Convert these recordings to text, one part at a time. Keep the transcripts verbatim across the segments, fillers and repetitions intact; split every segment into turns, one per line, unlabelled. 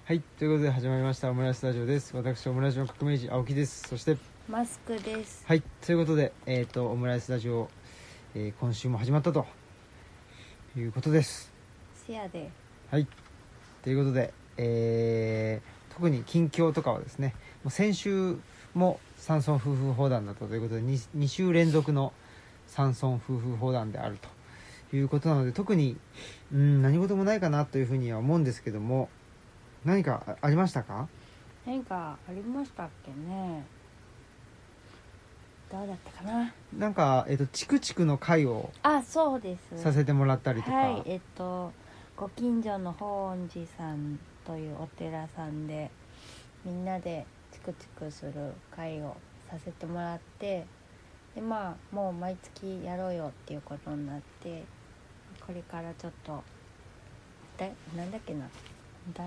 はい、ということで始まりましたオムライスラジオです。私オムライスの革命児青木です。そして
マスクです。
はい、ということで、えーとオムライスラジオ、えー今週も始まったということです。
せやで。
はい、ということで、えー特に近況とかはですね、もう先週も山村夫婦砲弾だったということで 2, 2週連続の山村夫婦砲弾であるということなので、特にうん何事もないかなというふうには思うんですけども、何かあありましたか？
何かありましたっけね。どうだったかな。
なんか、えっと、チクチクの会を
あ、そうです。
させてもらったりとか、
はい、えっとご近所の法恩寺さんというお寺さんでみんなでチクチクする会をさせてもらって、でまあもう毎月やろうよっていうことになって、これからちょっとだなんだっけな第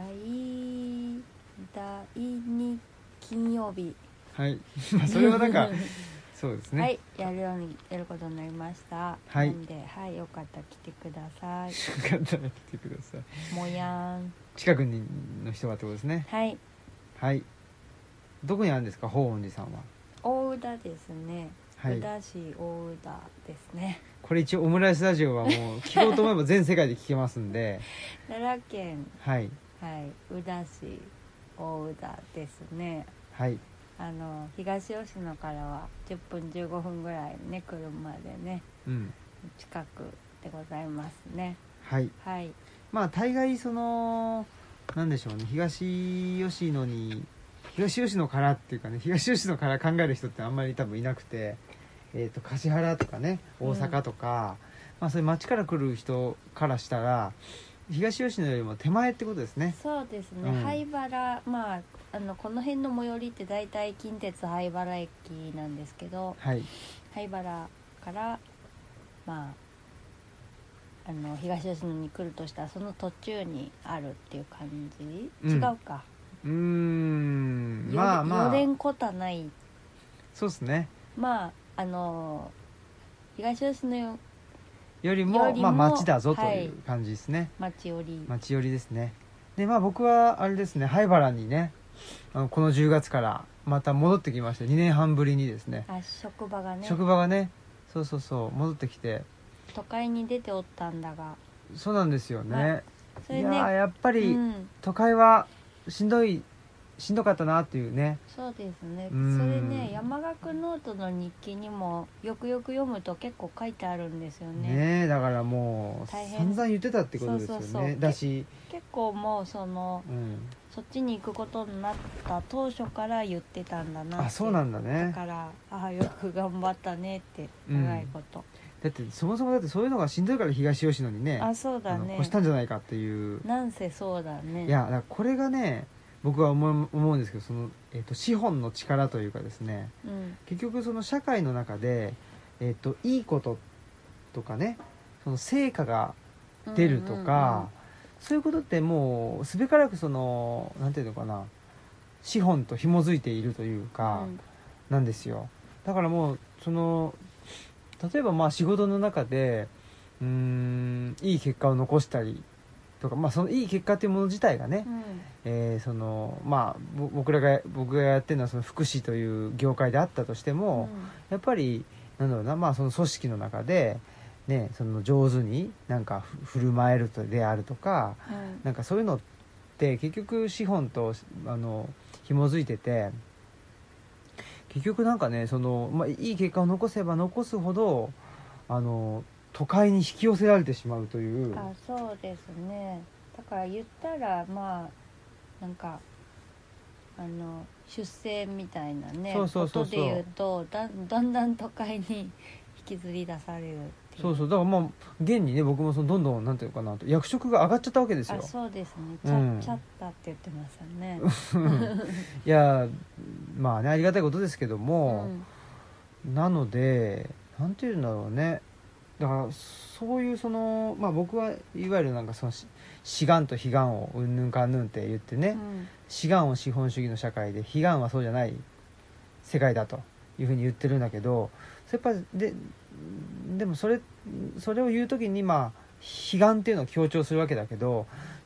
第二金曜日
はいまあそれはなんかそうですね、
はいやるようにやることになりました。
はい、
なんで、はい、よかったら来てください。
よかったら来てください。
もやん。
近くにの人はってことですね。
はい、
はい、どこにあるんですか、法恩寺さんは？
大宇田ですね。
はい、
宇田市大宇田ですね。
これ一応オムライスラジオはもう聞こうと思えば全世界で聞けますんで
奈良県、
はい、
はい、宇田市大宇田ですね。
はい、
あの東吉野からはじゅっぷんじゅうごふんぐらいね、車でね、
うん、
近くでございますね。
はい、
はい、
まあ大概そのなんでしょうね、東吉野に東吉野からっていうかね、東吉野から考える人ってあんまり多分いなくて、えー、と橿原とかね、大阪とか、うん、まあ、そういう町から来る人からしたら東吉野よりも手前ってことですね。
そうですね、
うん、
灰原、まああのこの辺の最寄りって大体近鉄灰原駅なんですけど、
はい、
灰原からまああの東吉野に来るとしたらその途中にあるっていう感じ、うん、違うか、
うーん、まあまあ
よれんこたない。
そうですね。
まああの東吉野よ
よりも、
よりも
まあ、町だぞと
はい
いう感じですね。
町寄り
町寄りですね。でまあ僕はあれですね、灰原にね、あのこのじゅうがつからまた戻ってきまして、にねんはんぶりにですね、
あ職場がね
職場がね、そうそうそう戻ってきて、
都会に出ておったんだが、
そうなんですよね、
まあそれね、
いややっぱり、
うん、
都会はしんどいしんどかったなっていうね。
そうですね。
うん、
それね、山岳ノートの日記にもよくよく読むと結構書いてあるんですよね。
ねえ、だからもう
大変
散々言ってたってことですよね。
そうそうそう
だし
結構もうその、
うん、
そっちに行くことになった当初から言ってたんだなって。
あ、そうなんだね。
だからああよく頑張ったねって長いこと、
うん、だってそもそもだってそういうのがしんどいから東吉野にね、
あそうだね、
越したんじゃないかっていう。
なんせそうだね。
いやだからこれがね、僕は思う、思うんですけど、その、えー、と資本の力というかですね、
うん、
結局その社会の中で、えー、といいこととかね、その成果が出るとか、
うんうんうん、
そういうことってもうすべからくそのなんていうのかな、資本と紐づいているというか、
うん、
なんですよ。だからもうその例えばまあ仕事の中でうーんいい結果を残したりとか、まあ、そのいい結果っていうもの自体がね、
うん、
えーそのまあ、僕らが僕がやってるのはその福祉という業界であったとしても、
うん、
やっぱりなんだろうな、まあ、その組織の中で、ね、その上手になんか振る舞えるとであるとか、
うん、
なんかそういうのって結局資本とあの紐づいてて、結局なんかね、その、まあ、いい結果を残せば残すほどあの都会に引き寄せられてしまうという。
あそうですね。だから言ったらまあなんかあの出世みたいなね、
そうそうそうそう
ことで言うと だ, だんだん都会に引きずり出されるっていう。
そうそうだからまあ現にね、僕もそのどんどんなんていうかな、役職が上がっちゃったわけですよ。
あそうですね、
う
ちゃ、
ん、
ちゃったって言ってますよね
いやまあね、ありがたいことですけども、
うん、
なのでなんていうんだろうね、だからそういうそのまあ僕はいわゆるなんかその志願と悲願をうんぬんかんぬんって言ってね、
うん、
志願を資本主義の社会で悲願はそうじゃない世界だというふうに言ってるんだけど、やっぱりででもそれそれを言うときにまあ悲願っていうのを強調するわけだけど、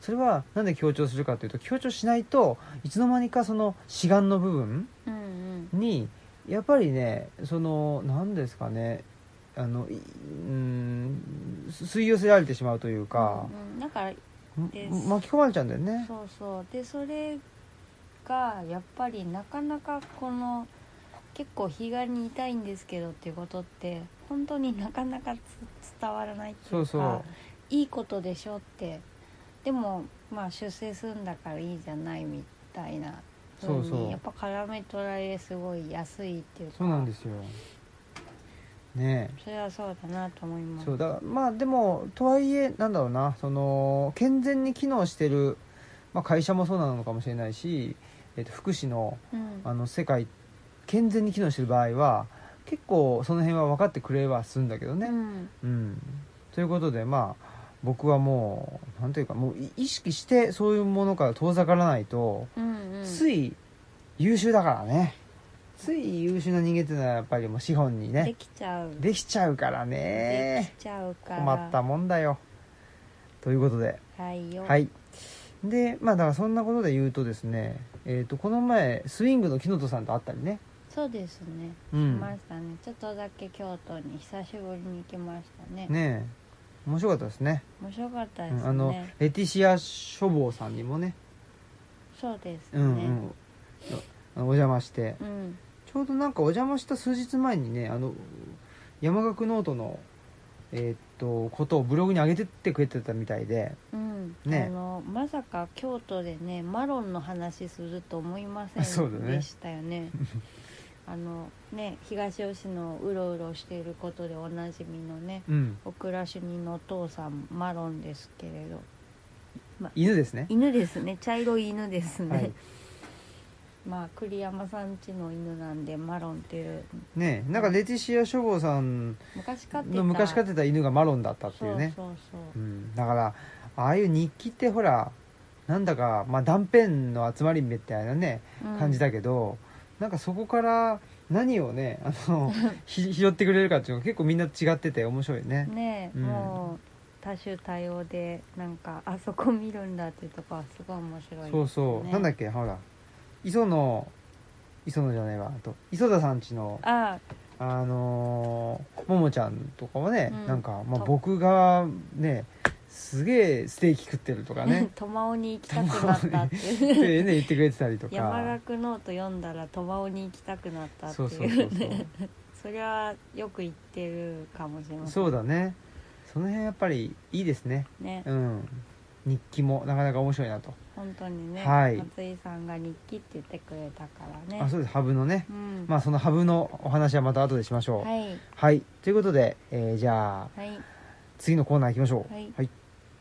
それはなんで強調するかというと、強調しないといつの間にかその志願の部分
うんうん
にやっぱりね、その何ですかね、あのいうん吸い寄せられてしまうというか、
うんうん、だからで
巻き込まれちゃうんだよね。
そうそうでそれがやっぱりなかなかこの結構日帰りにいたいんですけどっていうことって本当になかなか伝わらないっていうか、
そうそう
いいことでしょって、でもまあ出世するんだからいいじゃないみたいな風に
そうそう
やっぱ絡め取られすごい安いっていうか、
そうなんですよね。
それはそうだなと思います。
そうだからまあでもとはいえなんだろうな、その健全に機能してる、まあ、会社もそうなのかもしれないし、えっと福祉の
うん
あの世界健全に機能してる場合は結構その辺は分かってくれはするんだけどね、
うん
うん、ということでまあ僕はもうなんというかもう意識してそういうものから遠ざからないと、
うんうん、
つい優秀だからね、つい優秀な人間っていうのはやっぱりもう資本に
で
ね
きちゃう
できちゃうから
で
ね、
きちゃうから
困ったもんだよということで、
はいよ、
はいでまあだからそんなことで言うとですね、えー、とこの前スイングの木本さんと会ったりね、
そうですね、
うん
しましたね。ちょっとだけ京都に久しぶりに行きましたね。
ねえ面白かったですね。
面白かったですね、
うんあのレティシア書房さんにもね、
そうですね、
うんうん、あのお邪魔して、
うん
ちょうどなんかお邪魔した数日前にね、あの山岳ノートの、えーっとことをブログに上げてってくれてたみたいで、
うん
ね
あのまさか京都でねマロンの話すると思いませ
そうだね
んでしたよね。あのね東吉野うろうろしていることでおなじみのね、
うん、
小倉主任のお父さんマロンですけれど、ま、
犬ですね。
犬ですね、茶色い犬ですね、
はい
まあ栗山さん家の犬なんでマロンっていう
ねえなんかレティシア書房さん
昔飼ってた
の昔飼ってた犬がマロンだったっていうね、
そうそうそう
う、ん、だからああいう日記ってほらなんだか、まあ、断片の集まりみたいなね
うん
感じだけど、なんかそこから何をねあのひ拾ってくれるかっていうのが結構みんな違ってて面白いね。
ねえ、
うん
もう多種多様でなんかあそこ見るんだっていうとこはすごい面白いですね。
そうそう、なんだっけほら磯野磯野じゃないわあと磯田さんちの
あ
あのーももちゃんとかはね、
うん
なんか、まあ、
と
僕がねすげえステーキ食ってるとかね
トマオに行きたくなったって
っ
いう
てね言ってくれてたりとか
山岳ノート読んだらトマオに行きたくなったって
そうそう
い
そううそう
ねそれはよく言ってるかもしれません。
そうだね、その辺やっぱりいいですね。
ね、
うん日記もなかなか面白いなと。
本当にね、
はい
松井さんが日記って言ってくれたからね。
あそうですハブのね、
うん、
まあそのハブのお話はまた後でしましょう。
はい
はい、ということで、えーじゃあ
はい
次のコーナー行きましょう。
はい
はい、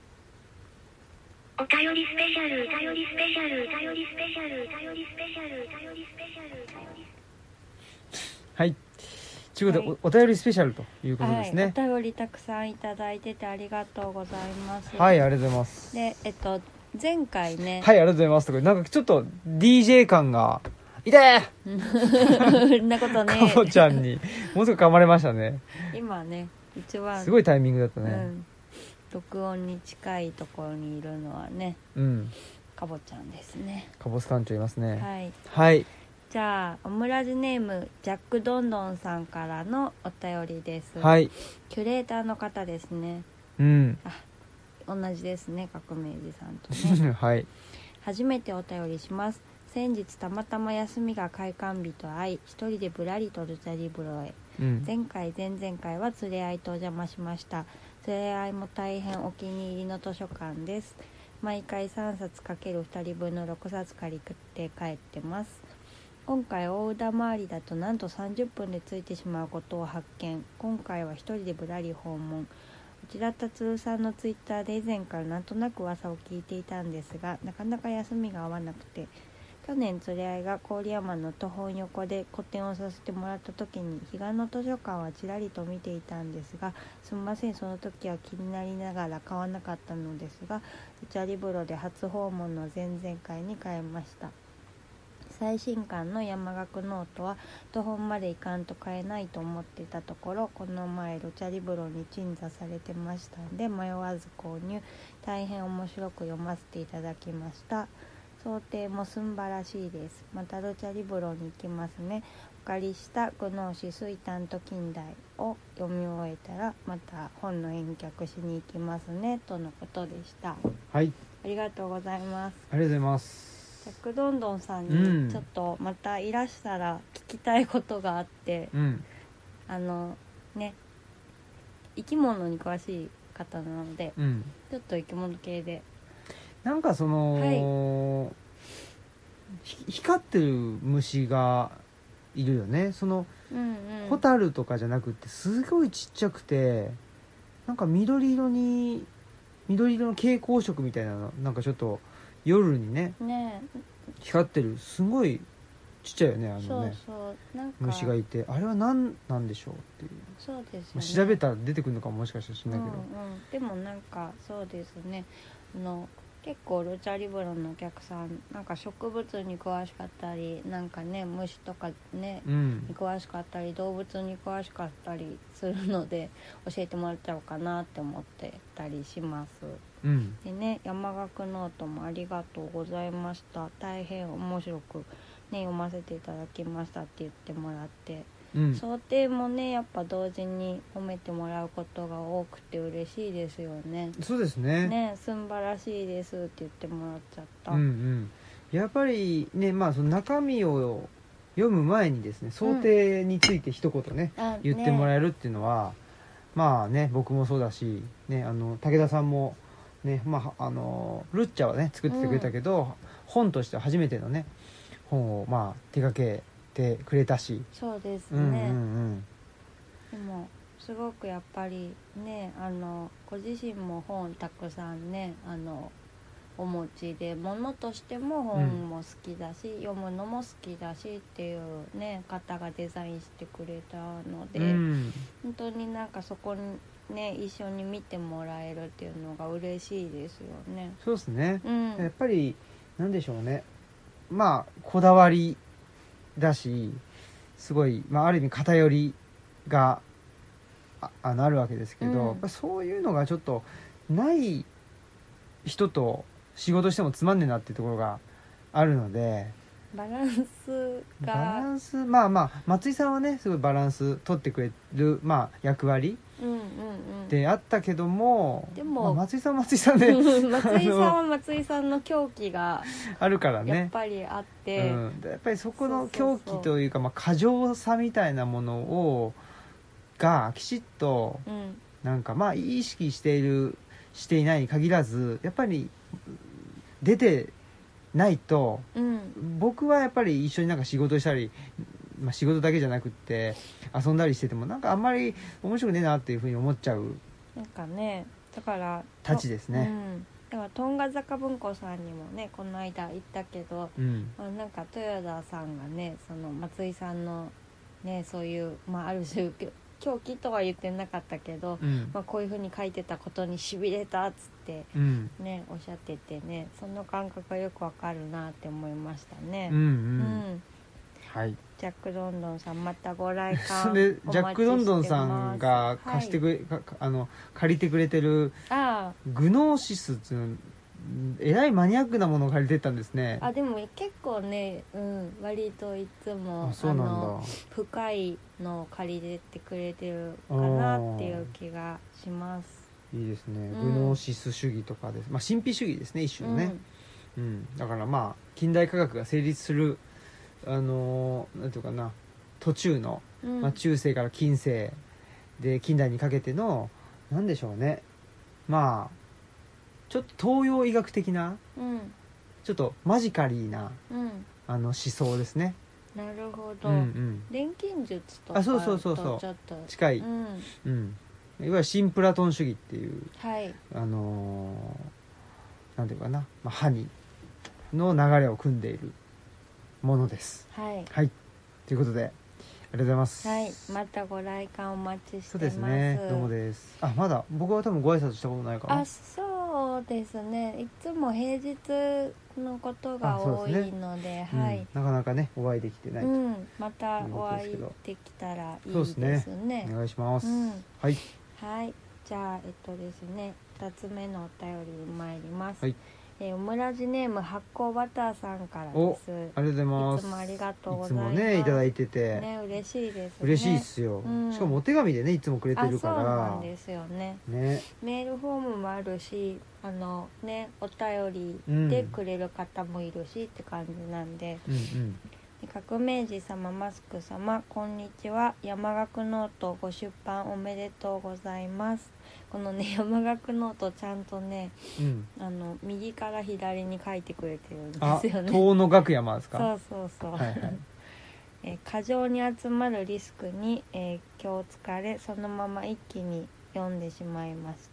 お便りスペシャル、お便りスペシャル、お便りスペシャル、お便りスペシャル、お便りスペシャル、お便りスペシャル。
はいということで、
はい
お、お便りスペシャルということです
はい、
ね。
お便りたくさんいただいててありがとうございます。
はい、ありがとうございます。
でえっと前回ね、
はい、ありがとうございますとかなんかちょっと ディージェー 感がいてー
そんなことね
かぼちゃんにもうすぐ噛まれましたね。
今ね一番
すごいタイミングだったね。
うん、録音に近いところにいるのはね
うん、
かぼちゃんですね。
かぼす館長いますね。
はい、
はい、
じゃあオムラジネームジャックドンドンさんからのお便りです。
はい、
キュレーターの方ですね。
うん、
同じですね、革命児さんとね
はい、
初めてお便りします。先日たまたま休みが開館日と会い一人でぶらりとルチャリブロへ。
うん、
前回前々回は連れ合いとお邪魔しました。連れ合いも大変お気に入りの図書館です。毎回さんさつかけるふたりぶんのろくさつ借りて帰ってます。今回大宇田周りだとなんとさんじゅっぷんで着いてしまうことを発見。今回は一人でぶらり訪問。内田達郎さんのツイッターで以前からなんとなく噂を聞いていたんですが、なかなか休みが合わなくて、去年連れ合いが郡山の徒歩横で個展をさせてもらった時に彼岸の図書館はちらりと見ていたんですが、すみませんその時は気になりながら買わなかったのですが、ルチャリブロで初訪問の前々回に買いました。 最新刊の山岳ノートは途本までいかんと買えないと思ってたところ、この前ルチャリブロに鎮座されてましたんで迷わず購入。大変面白く読ませていただきました。想定もすんばらしいです。またルチャリブロに行きますね。お借りしたグノーシスイタント近代を読み終えたらまた本の返却しに行きますねとのことでした。
はい、
ありがとうございます。
ありがとうございます。
ジャックドンドンさん
うん
にちょっとまたいらしたら聞きたいことがあって、
うん、
あのね生き物に詳しい方なので、
うん、
ちょっと生き物系で
なんかその、ひ光ってる虫がいるよね。その
うんうん
ホタルとかじゃなくてすごいちっちゃくて、なんか緑色に緑色の蛍光色みたいなの、なんかちょっと夜にね
ね
光ってるすごいちっちゃいよね、あの
そう
ね
そうなんか
虫がいて、あれは何なんでしょうっていう、
そうですよね、
まあ調べたら出てくるのかも、もしかしたら知らないけど、
うんうん、でもなんかそうですね、あの結構ルチャリブロのお客さんなんか植物に詳しかったり、なんかね虫とかね、
うん
に詳しかったり動物に詳しかったりするので教えてもらっちゃおうかなって思ってたりします。
うん
でね、山岳ノートもありがとうございました。大変面白くね読ませていただきましたって言ってもらって、
うん
想定もねやっぱ同時に褒めてもらうことが多くて嬉しいですよね。
そうですね
ね、すんばらしいですって言ってもらっちゃった。
うんうん、やっぱりね、まあその中身を読む前にですね、想定について一言ね、
あ
言ってもら
ね
えるっていうのは、まあね、僕もそうだし、ね、あの武田さんもね、まああのルッチャはね作っててくれたけど、本としては初めてのね本をまあ手掛けてくれたし、
そうですね、
うんうんうん、
でもすごくやっぱりね、あのご自身も本たくさんねあのお持ちで、物としても本も好きだし、うん、読むのも好きだしっていうね方がデザインしてくれたので、うん、本当になんかそこにね一緒に見てもらえるっていうのが嬉しいですよね。
そうですね、
うん、
やっぱりなんでしょうね、まあこだわりだし、すごい、まあ、ある意味偏りが あ, あのあるわけですけど、うん、やっぱそういうのがちょっとない人と仕事してもつまんねえなっていうところがあるので、
バランスが
バランスまあまあ松井さんはねすごいバランス取ってくれる、まあ、役割であったけども、
でも、
まあ、松井さんは松井さんで
松井さんは松井さんの狂気が
あるからね
やっぱりあって、
うん、やっぱりそこの狂気というか、まあ、過剰さみたいなものをがきちっと、うん、なんかまあ意識しているしていないに限らずやっぱり出てないと、うん、僕はやっぱり一緒になんか仕事したり、まあ、仕事だけじゃなくって遊んだりしててもなんかあんまり面白くねえなっていうふうに思っちゃう
なんかね、だから
たちですね、
うん、だからトンガ坂文庫さんにもねこの間行ったけど、うん、なんか豊田さんがねその松井さんのねそういう、まあ、ある種狂気とは言ってなかったけど、うんまあ、こういう風に書いてたことにしびれたっつってね、うん、おっしゃっててね、その感覚がよくわかるなって思いましたね。うん、うんうん、
はい、
ジャック・ロンドンさんまたご来館
でジャック・ロンドンさんが貸してくれ、はい、あの借りてくれてるグノーシスっていうのえらいマニアックなものを借りてったんですね。
あでも結構ね、うん、割といつも
あそうなんだ、あの
深いのを借りてってくれてるかなっていう気がします。
いいですね、うん、グノーシス主義とかです、まあ、神秘主義ですね一種のね、うんうん、だからまあ近代科学が成立するあのー、なんていうかな途中の、うんまあ、中世から近世で近代にかけてのなんでしょうね、まあちょっと東洋医学的な、うん、ちょっとマジカリーな、うん、あの思想ですね。
なるほど、うんうん、錬金術とかと
そうそうそうそう
ちょっと
近い、うんうん、いわゆる新プラトン主義っていう、
はい、
あのー、なんていうかな、まあ、ハニの流れを組んでいるものです。
はい、
はい、ということでありがとうございます。
はい、またご来館お待ちしてます。
そうですね、どうもです。あ、まだ僕は多分ご挨拶したことないかな。
あ、そうそうですね、いつも平日のことが多いので、はい、
うん、なかなかねお会いできてないと、
うん、またお会いできたらいいですね。
そうですね、お願いします、
うん、
はい
はい、じゃあえっとですねふたつめのお便りに参ります、
はい、
えー、オムラジネーム発酵バターさんから
お
です。
ありがとうございます。
いつもありがとうございます。
いつもねいただいてて
ね、嬉しいですね。
嬉しいっすよ、うん、しかもお手紙でねいつもくれてるから。
あ、そうなんですよね。
ね、メ
ールフォームもあるし、あのねお便りでくれる方もいるし、うん、って感じなんで、うんうん、革命児様、マスク様、こんにちは。山岳ノートご出版おめでとうございます。このね山岳ノートちゃんとね、うん、あの右から左に書いてくれてるんですよね。
遠野岳山ですか。
そうそうそう、はいはい、えー、過剰に集まるリスクに、えー、今日疲れそのまま一気に読んでしまいました。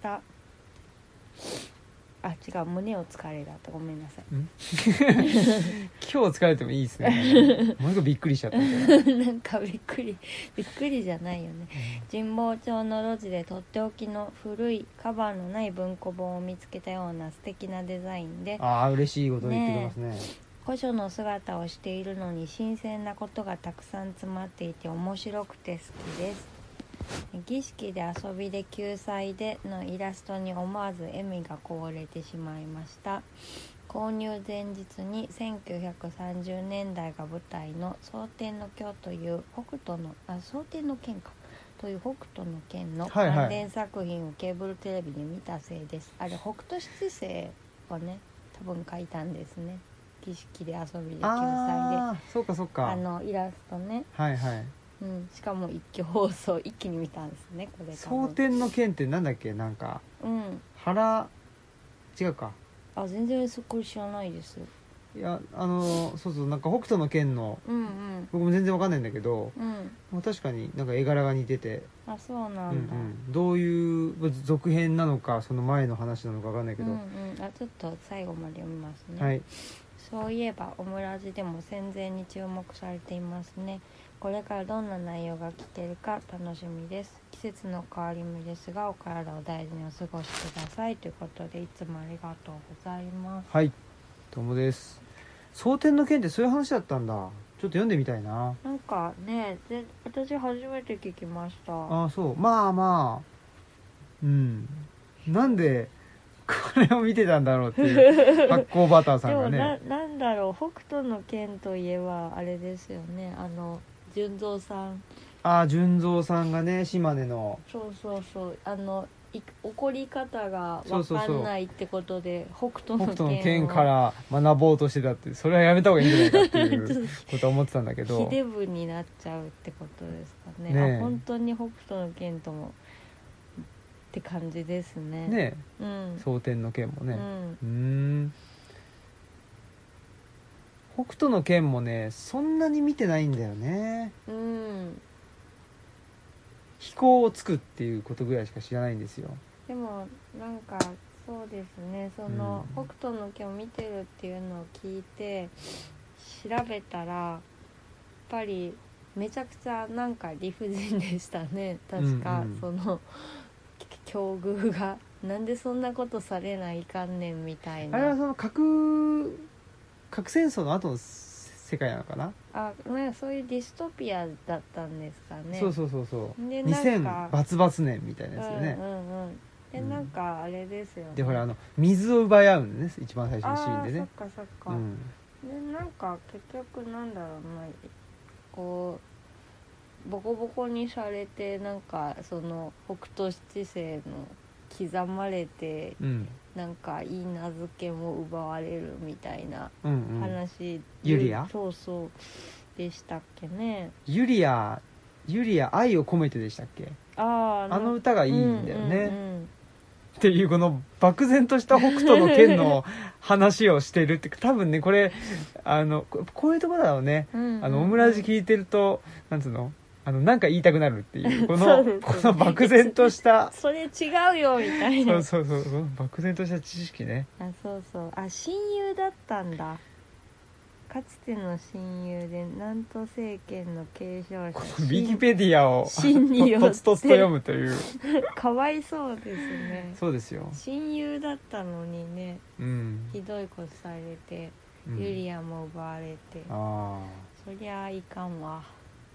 あ、違う、胸を疲れだった、ごめんなさい。今
日疲れてもいいですね。もう一個びっくりしちゃった
なんかびっくりびっくりじゃないよね、うん、神保町の路地でとっておきの古いカバーのない文庫本を見つけたような素敵なデザインで、
ああ嬉しいこと言ってきますね。
古書の姿をしているのに新鮮なことがたくさん詰まっていて面白くて好きです。儀式で遊びで救済でのイラストに思わず笑みがこぼれてしまいました。購入前日にせんきゅうひゃくさんじゅうねんだいが舞台の蒼天の鏡という北斗のあ蒼天の剣かという北斗の剣の関連作品をケーブルテレビで見たせいです、はいはい、あれ北斗七星をね多分書いたんですね。儀式で遊びで救済で、
あそうかそうか、
あのイラストね、
はいはい、
うん、しかも一挙放送一気に見たんですねこれ。
蒼天の剣ってなんだっけ、なんか、うん、腹違うか、
あ全然そこ知らないです。
いやあのそうそうなんか北斗の剣の、うんうん、僕も全然わかんないんだけど、うん、もう確かになんか絵柄が似てて、
あそうなんだ、うんうん、
どういう続編なのかその前の話なのかわかんないけど、うんうん、
あちょっと最後まで読みますね。
はい、
そういえばオムラジでも戦前に注目されていますね。これからどんな内容が聞けるか楽しみです。季節の変わり目ですがお体を大事にお過ごしくださいということでいつもありがとうございます。
はい、どうもです。蒼天の剣ってそういう話だったんだ。ちょっと読んでみたいな。
なんかねで私初めて聞きました。
ああそう、まあまあうんなんでこれを見てたんだろうっていう発酵バターさんがね。
でも な, なんだろう北斗の剣といえばあれですよね、あの純三さん。
ああ純三さんがね島根の、
そうそうそうあの怒り方が分かんないってことで北斗の剣を北斗の
剣から学ぼうとしてたって、それはやめた方がいいんじゃないかっていうことは思ってたんだけど
秀部になっちゃうってことですかね。ねあ本当に北斗の剣ともって感じですね。
ねえ、うん、蒼天の剣もね、うん、うーん北斗の剣もねそんなに見てないんだよね。うん飛行をつくっていうことぐらいしか知らないんですよ。
でもなんかそうですね、その、うん、北斗の剣を見てるっていうのを聞いて調べたらやっぱりめちゃくちゃなんか理不尽でしたね確か、うんうん、その境遇がなんでそんなことされないかんねんみたいな。
あれはその核核戦争の後の世界なのかな。
あ、なんかそういうディストピアだったんですかね。
そうそうそうそうでにせんバツバツ年みたいなやつでね、うんうんうん、
でなんかあれですよね、
でほらあの水を奪い合うんですね一番最初のシーンでね。
あそっかそっか、うん、でなんか結局なんだろうなこうボコボコにされてなんかその北斗七星の刻まれて、うん、なんかいい名付けも奪われるみたいな話、うんうん、
ユリア
そうそうでしたっけね。
ユリアユリア愛を込めてでしたっけ。ああの歌がいいんだよね、うんうんうん、っていうこの漠然とした北斗の剣の話をしてるって多分ねこれあのこういうところだろうね、うんうんうん、あのオムラジ聞いてるとなんつうのあのなんか言いたくなるっていうこのこの漠然とした
それ違うよみたいな
そうそうそう漠然とした知識ね。
あそうそうあ親友だったんだ。 かつての親友で南都政権の継承者
ウィキペディアを
真によって
とつとつと読むという
かわいそうですね。
そうですよ、
親友だったのにね、
うん
ひどいことされて、
うん、
ユリアも奪われて、
ああ
そりゃいかんわ。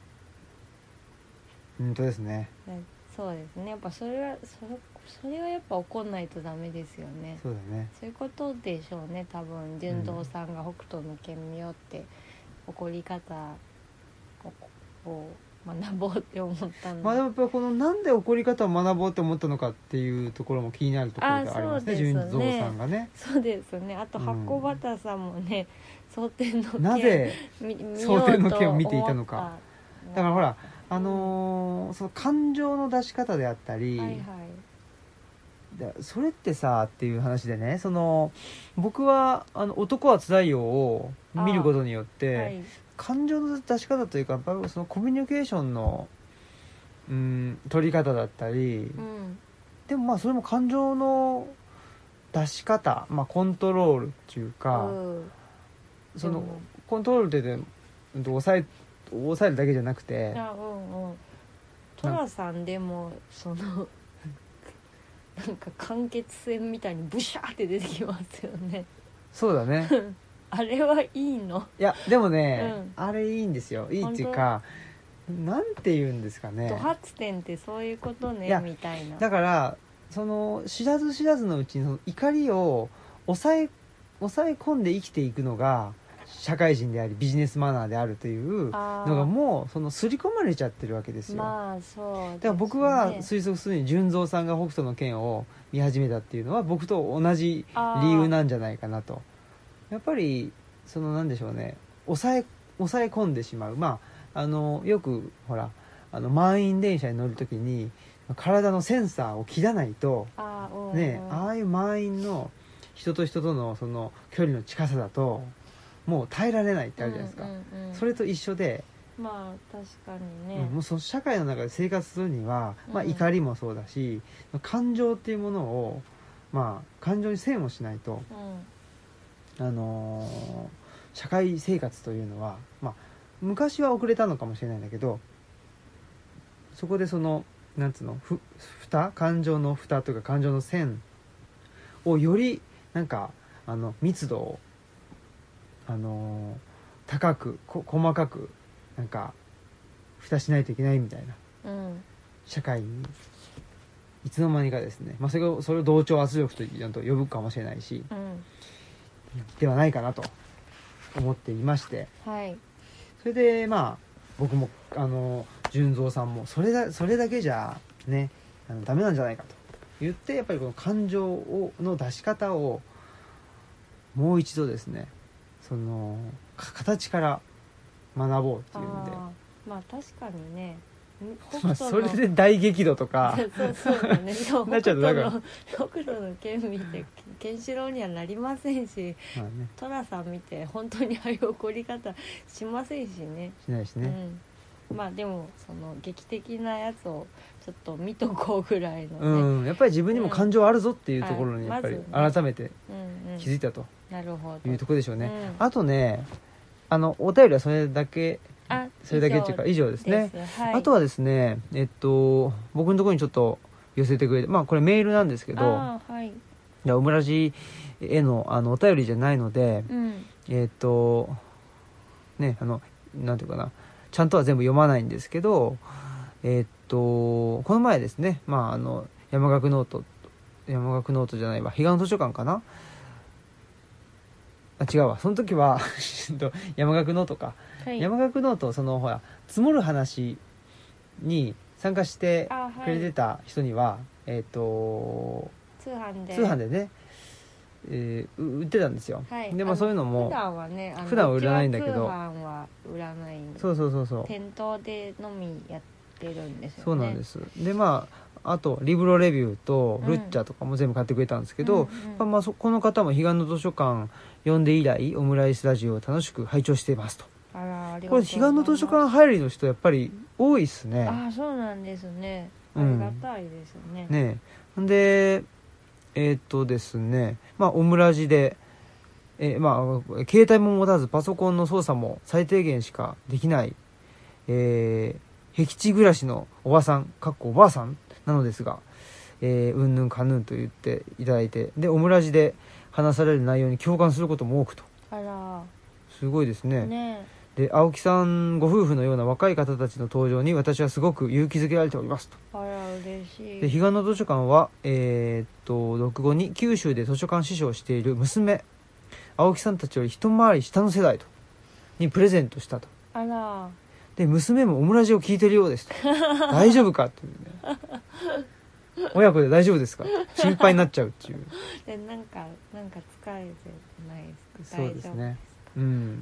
本当ですね。
そうですね、やっぱそれはそれそれはやっぱ怒んないとダメですよね。
そうだね。
そういうことでしょうね、多分純三さんが北斗の拳見よって怒り方をを学ぼうって思ったの。
まあでもやっぱこのなんで怒り方を学ぼうって思ったのかっていうところも気になるところでありますね、純三さんがね。
そうですね。あと箱端さんもね、蒼天の剣
なぜ蒼天の剣を見ていたのか。だからほらあのー、その感情の出し方であったり、
はいはい、
でそれってさっていう話でね、その僕はあの男はつらいよを見ることによって、はい、感情の出し方というかやっぱそのコミュニケーションの、うん、取り方だったり、うん、でもまあそれも感情の出し方、まあ、コントロールっていうか、うん、そのコントロールって言って抑え抑えるだけじゃなくて、
うんうん、トラさんでもそのなんか間欠泉みたいにブシャーって出てきますよね。
そうだね
あれはいいの？
いやでもね、うん、あれいいんですよ。いいっていうかなんて言うんですかね、
ド発点ってそういうことねみたいな。
だからその知らず知らずのうちにその怒りを抑え抑え込んで生きていくのが社会人でありビジネスマナーであるというのがもうその刷り込まれちゃってるわけですよ。
まあそうですね。
だから僕は推測するに純三さんが北斗の拳を見始めたっていうのは僕と同じ理由なんじゃないかなと。やっぱりそのなんでしょうね、抑え抑え込んでしまう。まああのよくほらあの満員電車に乗るときに体のセンサーを切らないと
あ、
ね、ああいう満員の人と人とのその距離の近さだともう耐えられないってあるじゃないですか、うんうんうん、それと一緒で、
まあ確かにね、
うん、もうその社会の中で生活するには、まあ、怒りもそうだし、うん、感情っていうものを、まあ、感情に線をしないと、うん、あのー、社会生活というのは、まあ、昔は遅れたのかもしれないんだけど、そこでそのなんつうのふ蓋感情の蓋というか感情の線をよりなんかあの密度をあのー、高くこ細かくなんか蓋しないといけないみたいな、うん、社会にいつの間にかですね、まあ、それをそれを同調圧力と呼ぶかもしれないし、うん、ではないかなと思っていまして、はい、それでまあ僕もあの純三さんもそれだそれだけじゃねあのダメなんじゃないかと言ってやっぱりこの感情をの出し方をもう一度ですねその形から学ぼうっていうんで、
あまあ確かにね、
まあ、それで大激怒とか
そうそうだね
なっちゃうとだから
北斗の拳見てケンシロウにはなりませんし、まあね、トラさん見て本当にああいう怒り方しませんしね、
しないしね、
うん、まあでもその劇的なやつをちょっと見とこうぐらいのね、
うん、やっぱり自分にも感情あるぞっていうところにやっぱり改めて気づいたというところでしょうね、うん、あとねあのお便りはそれだけ
あ
それだけっていうか以上ですね、はい、あとはですねえっと僕のところにちょっと寄せてくれて、まあこれメールなんですけど、
はい、
オムラジへのあのお便りじゃないので、うん、えっとねあのなんていうかなちゃんとは全部読まないんですけど、えっとこの前ですね、まああの山岳ノート山岳ノートじゃないわ彼岸図書館かなあ違うわその時は山岳ノートか、はい、山岳ノートそのほら積もる話に参加してくれてた人には、はい、えっ、ー、と
通販で
通販でね、えー、売ってたんですよ、はい、でまあそういうのも
普段はね
普段は売らないんだけど
通販は売らないんで
そうそうそうそう
店頭でのみやってるんですよね。
そうなんです。でまああとリブロレビューとルッチャとかも全部買ってくれたんですけど、うんうんまあ、そこの方も彼岸の図書館読んで以来オムライスラジオを楽しく拝聴していますと。
あらありがとう
これ彼岸の図書館入りの人やっぱり多いっすね。
ああそうなんですね。ありがたいですね。
うん、ねでえー、っとですねまあオムラジで、 えーまあ、携帯も持たずパソコンの操作も最低限しかできない、えー、僻地暮らしのおばさんかっこおばあさんなのですが、えー、うんぬんかんぬんと言っていただいて、でオムラジで話される内容に共感することも多くと。
あら
すごいですね。
ね
で青木さんご夫婦のような若い方たちの登場に私はすごく勇気づけられておりますと。
あら嬉しい。
で彼岸の図書館は、えー、っと読後に九州で図書館司書をしている娘青木さんたちより一回り下の世代とにプレゼントしたと。
あら
で娘もオムラジを聞いてるようですと大丈夫かというね親子で大丈夫ですか心配になっちゃうっていう
でなんかなんか疲れてないですか。
そうですね、うん、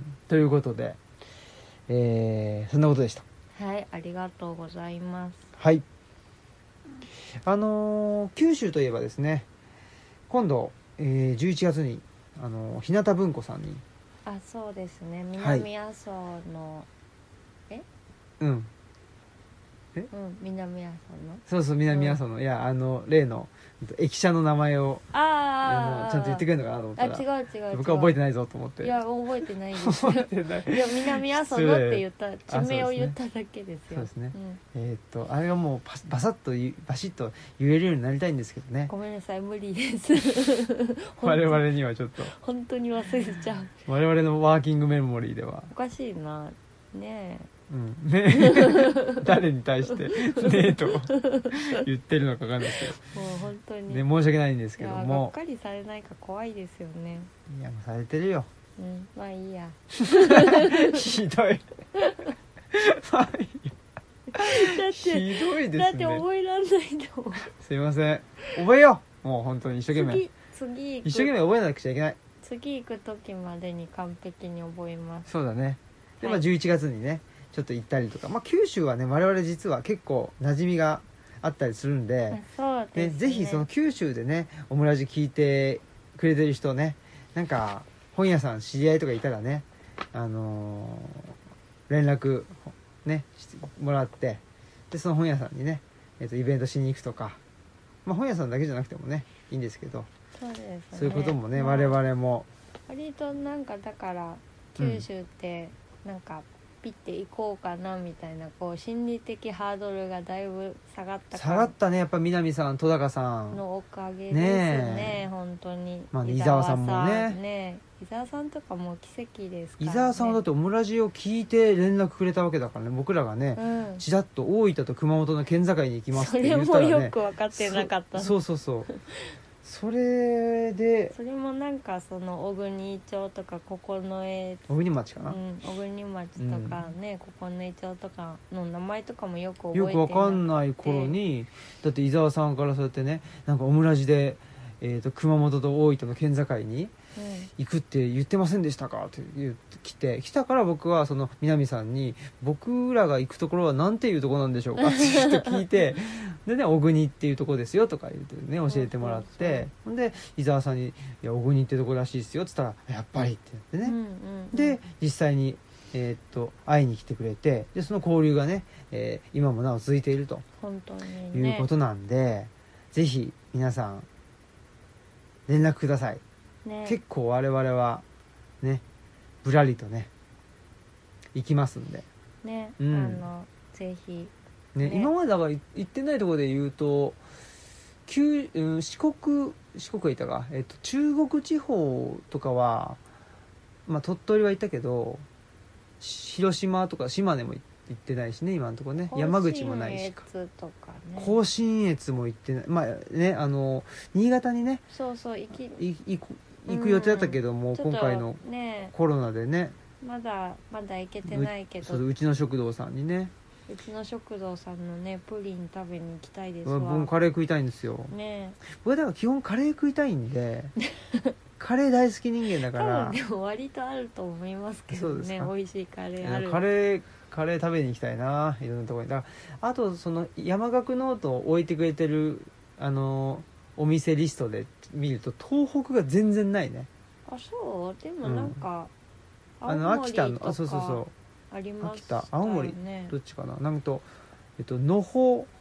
ということで、えー、そんなことでした。
はい、ありがとうございます。
はい。あのー、九州といえばですね、今度、えー、じゅういちがつに、あのー、日向文庫さんに、
あ、そうですね、南阿蘇の、はい、え
うん
うん南阿蘇の
そうそう南阿蘇の、うん、いやあの例の駅舎の名前を
あ
あのちゃんと言ってくれるのかなと思ったら、
あ違う違う
僕は覚えてないぞと思って。
いや覚えてないですよいや南阿蘇のって言った地名を言っただけですよ。
そうですね、
うん、
えー、っとあれがもうパバサッとバシッと言えるようになりたいんですけどね。
ごめんなさい無理です
我々にはちょっと
本当に忘れちゃう。
我々のワーキングメモリーでは
おかしいなねえ
うんね、誰に対して「ねえ」と言ってるのか分かんないですけど、
もう本当に、
ね、申し訳ないんですけど
いや
も、
がっかりされないか怖いですよね。
いやもうされてるよ。
うんまあいいや
ひどいまあいいや
だって
ひどいですね。
だって覚えらんないと
すいません、覚えよう。もう本当に一生懸命
次次行く
一生懸命覚えなくちゃいけない。
次行く時までに完璧に覚えます。
そうだね。で、まあ、
はい
じゅういちがつにねちょっと行ったりとか、まあ、九州はね我々実は結構馴染みがあったりするんで、
そうですね、
ぜひその九州でねオムラジ聞いてくれてる人ね、なんか本屋さん知り合いとかいたらね、あのー、連絡ねしてもらって、でその本屋さんにね、えー、とイベントしに行くとか、まあ、本屋さんだけじゃなくてもねいいんですけど、
そうですね、
そういうこともね、
まあ
我々も
割となんかだから九州ってなんかピッて行こうかなみたいな、こう心理的ハードルがだいぶ下がった
下がったね。やっぱ南さん戸高さん
のおかげですね
ね
本当に、
まあね、伊沢さんもね
ね伊沢さんとかも奇跡ですから、ね、
伊沢さんはだってオムラジを聞いて連絡くれたわけだからね。僕らがね、
うん、
ちらっと大分と熊本の県境に行きますって言ったらね、
それもよく分かってなかった。
そそうそうそうそれで
それもなんかその小国町とか九重
小国町かな、
うん小国町とかね、九重町とかの名前とかもよく覚えて
よくわかんない頃に、だって伊沢さんからそうやってね、なんかオムラジで、えー、と熊本と大分の県境に行くって言ってませんでしたかって言ってきて来たから、僕はその南さんに僕らが行くところはなんていうところなんでしょうかって言って聞いてでね、小国っていうところですよとか言ってね教えてもらって、ほんで伊沢さんにいや小国ってところらしいですよって言ったらやっぱりって言ってね、
うんうんうん、
で実際にえー、っと会いに来てくれて、でその交流がね、えー今もなお続いていると
本当に、
い
ね、
うことなんで、ぜひ皆さん連絡ください。
ね、
結構我々はねぶらりとね行きますんで
ね、
うん
あのぜひ
ね、
ね
今までだから行ってないところで言うと九、うん、四国四国は行ったか、えっと、中国地方とかは、まあ、鳥取は行ったけど広島とか島根も行ってないしね今のところね。山口もないしか、
甲信越とかね、
甲信越も行ってない。まあね、あの新潟にね
そうそう行き
い行く行く予定だったけども、
ちょっと
今回の
ね
コロナでね、
まだまだ行けてないけど、
そううちの食堂さんにね、
うちの食堂さんのねプリン食べに行きたいですわ。
僕もカレー食いたいんですよ。
ね
僕はだから基本カレー食いたいんでカレー大好き人間だか
多
ら
分でも割とあると思いますけどね、
そうですか。
美味しいカレーある。
カレーカレー食べに行きたいな、いろんなところに。だからあとその山岳ノートを置いてくれてるあのお店リストで見ると東北が全然ないね。
あそうでもなんか、
うん、あの秋田のあ
あ
そうそうそう
あります
秋田青森、
ね、
どっちかな、なんと、えっと、のほ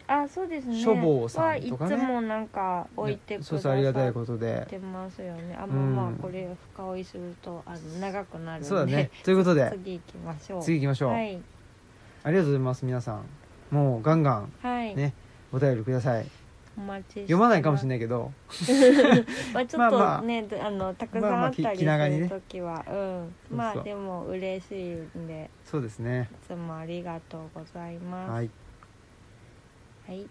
あ、そうですね。
書房さんとかね
はいつもなんか置いてくださ
そうそうありがたいこ
っ
とで
てますよね。あ、
うん
もうまあこれ深追いするとあの長くなるんで、
そうだねということで
次行きましょう。
次行きましょう、
はい
ありがとうございます皆さん。もうガンガン
はい、
ねお便りください。
お待ちして
読まないかもしれ
い。
ないけど
まあちょっ
まあまあ
とね、あのたくさ
まあまあ
んあったりす
気長にね
るときは、うん、
そうそう
まあでも嬉しいんで、
そうですね
いつもありがとうございます。
はい。
はい。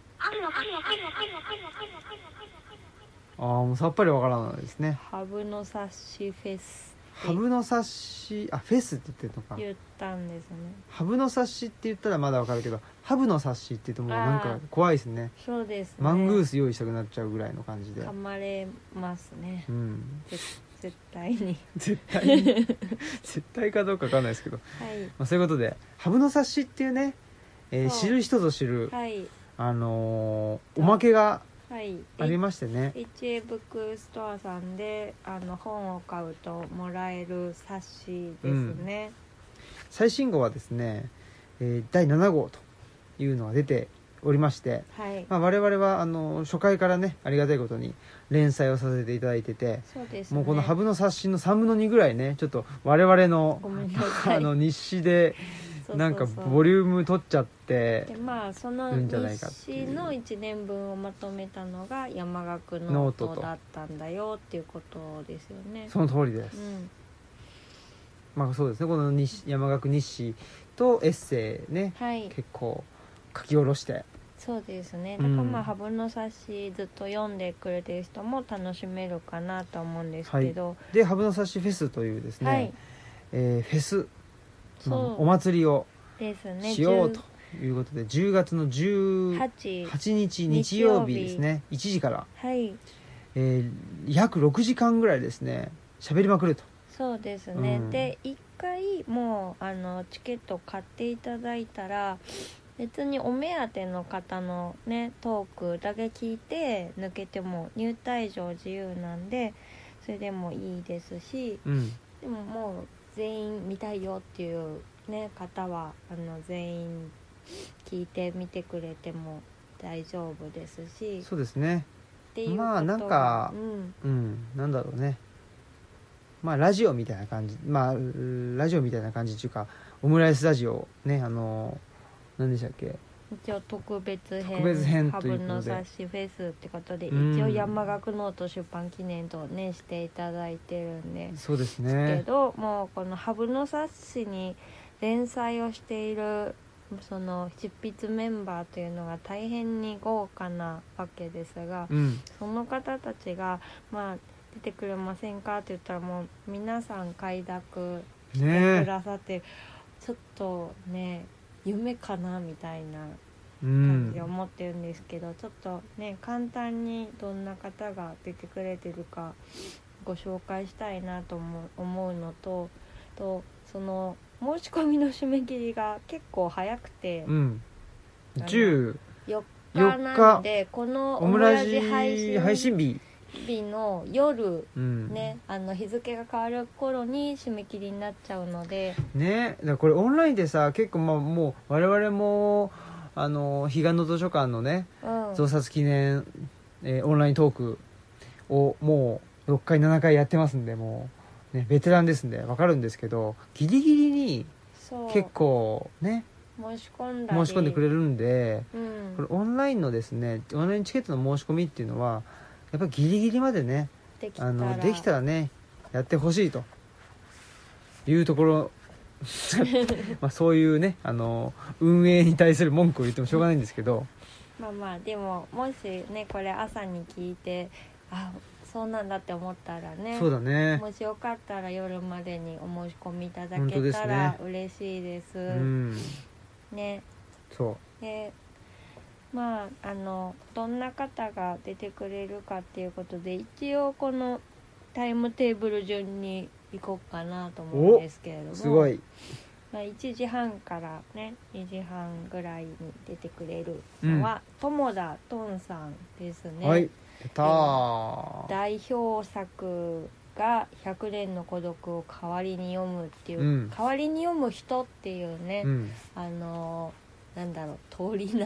ああもうさっぱりわからないですね。
ハブの冊子フェス
ハブの冊子あフェスって言ってるのか。
言ったんですね。
ハブの冊子って言ったらまだわかるけどハブの冊子って言うともうなんか
あー
怖いですね。
そうですね。
マングース用意したくなっちゃうぐらいの感じで
噛まれますね
う。ん
ぜ絶対に。
絶対に絶対かどうかわかんないですけど、
はい
まあ、そういうことでハブの冊子っていうね、えー
そう
知る人ぞ知る、
はい
あのーおまけが
はい。
ありましてね。
エイチエー ブックストアさんであの本を買うともらえる冊子ですね。
最新号はですね、えーだいなな号というのが出ておりまして、
はい。
まあ、我々はあの初回からねありがたいことに連載をさせていただいてて、
そうですね。
もうこのハブの冊子のさんぶんのにぐらいねちょっと我々の
ごめんなさい。
あの日誌で
そうそうそう
なんかボリューム取っちゃって
でまあその
るんじゃないかっていう
日誌のいちねんぶんをまとめたのが山岳ノー
ノートと
トだったんだよっていうことですよね。
その通りです、
うん。
まあそうですねこの日山岳日誌とエッセイね
はい。
結構書き下ろして
そうですね。
うん
だからまあハブの冊子ずっと読んでくれてる人も楽しめるかなと思うんですけど、
でハブの冊子フェスというですね、
はい。
えーフェス、まあ
そう
お祭りを
ですね。
しようということでじゅうがつのじゅうは
はち。
ちにち日曜日ですねいちじから、
はい。
えー約ろくじかんぐらいですね喋りまくると。
そうですね。
うん
で一回もうあのチケット買っていただいたら。別にお目当ての方のねトークだけ聞いて抜けても入退場自由なんでそれでもいいですし、
うん
でももう全員見たいよっていうね方はあの全員聞いてみてくれても大丈夫ですし
そうですね
っていうことが
まあなんか
うん
うんなんだろうねまあラジオみたいな感じまあラジオみたいな感じっていうかオムライスラジオねあの何でしたっけ
一応特別編
特別編
ハ
ということで
ブの冊子フェスってことで、
うん
一応山岳ノート出版記念とねしていただいてるんで
そうです
け
ね
どもうこのハブの冊子に連載をしているその執筆メンバーというのが大変に豪華なわけですが、
うん
その方たちがまあ出てくれませんかって言ったらもう皆さん快諾してく
ね
ださって、ちょっとね夢かなみたいな
う
感じを
ん
思ってるんですけど、ちょっとね簡単にどんな方が出てくれてるかご紹介したいなと思う思うのととその申し込みの締め切りが結構早くて
うん
あの
じゅう
よっかなのでこのオムラジ配信
配信日
日の夜
うん
ねあの日付が変わる頃に締め切りになっちゃうので
ねだからこれオンラインでさ結構まあもう我々もあの彼岸の図書館のね
うん
増刷記念、えーオンライントークをもうろっかいななかいやってますんでもう、ね、ベテランですんで分かるんですけどギリギリに
そう
結構ね
申し込んだり
申し込んでくれるんで
うん
これオンラインのですねオンラインチケットの申し込みっていうのはやっぱりギリギリまでね
できたら
あのできたらねやってほしいというところまあそういうねあの運営に対する文句を言ってもしょうがないんですけど
まあまあでももしねこれ朝に聞いてあそうなんだって思ったらね
そうだね
もしよかったら夜までにお申し込みいただ
本当ですね
けたら嬉しいです
うん
ね。
そ
でまああのどんな方が出てくれるかっていうことで一応このタイムテーブル順に行こうかなと思うんですけれども
うすごい
まあ、いちじはんからねにじはんぐらいに出てくれるのは、うん、友田とんさんですね。
はいやったー
代表作がひゃくねんの孤独を代わりに読むっていう、うん、代わりに読む人っていうね、うん、あのなんだろう通りな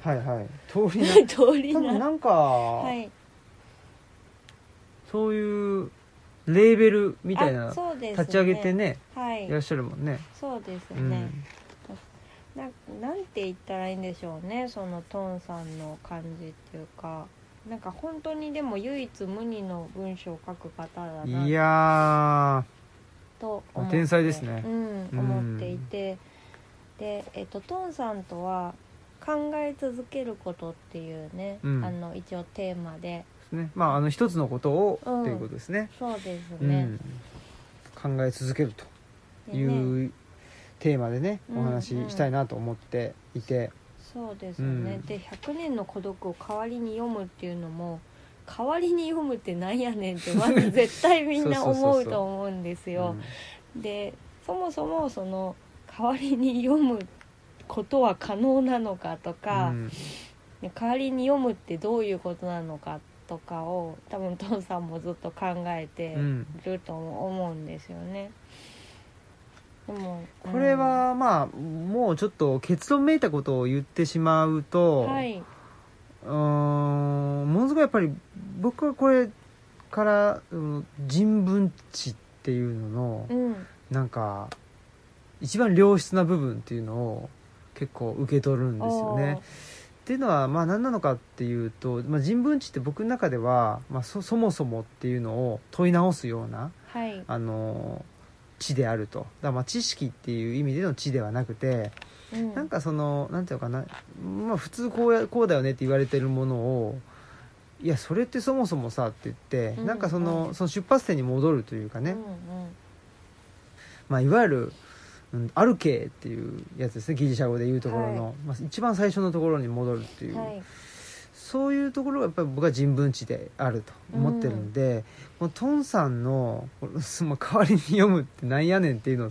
はいはい通り名
通り名
多分なんか、
はい、
そういうレーベルみたいな
あそうですね
立ち上げてね
はい
いらっしゃるもんね。
そうです
うん
ね、ななんて言ったらいいんでしょうね、そのトンさんの感じっていうか、なんか本当にでも唯一無二の文章を書く方だない
や
と思って
天才ですね、
うん
うん
思っていて、で、えっと、トンさんとは考え続けることっていうね、
うん
あの一応テーマで
ですね。まああの一つのことを、
うん
っていうことですね。
そうです
う
ね、
ん、考え続けると
でね
いうテーマでね
うん
お話ししたいなと思っていて、
そうですよね、
うん
でひゃくねんの孤独を代わりに読むっていうのも代わりに読むってなんやねんってまず絶対みんな思うと思うんですよ。でそもそもその代わりに読むことは可能なのかとか、
うん
で代わりに読むってどういうことなのかとかを多分トンさんもずっと考えてると思うんですよね。でも
これはまあもうちょっと結論めいたことを言ってしまうと、
はい、
うーんものすごいやっぱり僕はこれから、うん、人文知っていうのの、
うん、
なんか一番良質な部分っていうのを結構受け取るんですよね。っていうのはまあ何なのかっていうと、まあ、人文知って僕の中では、まあ、そ, そもそもっていうのを問い直すような、
はい、
あの知であると。だからまあ知識っていう意味での知ではなくて、
うん、
なんかそのなんていうのかな、まあ、普通こうやこうだよねって言われてるものを、いやそれってそもそもさって言って、
うん、
なんかその、
うん、
その出発点に戻るというかね、
うんうん、
まあ、いわゆる、うん、アルケーっていうやつですね、ギリシャ語で言うところの、
はい
まあ、一番最初のところに戻るっていう、
はい、
そういうところがやっぱり僕は人文知であると思ってるんで、このトンさんのその代わりに読むってなんやねんっていうのって、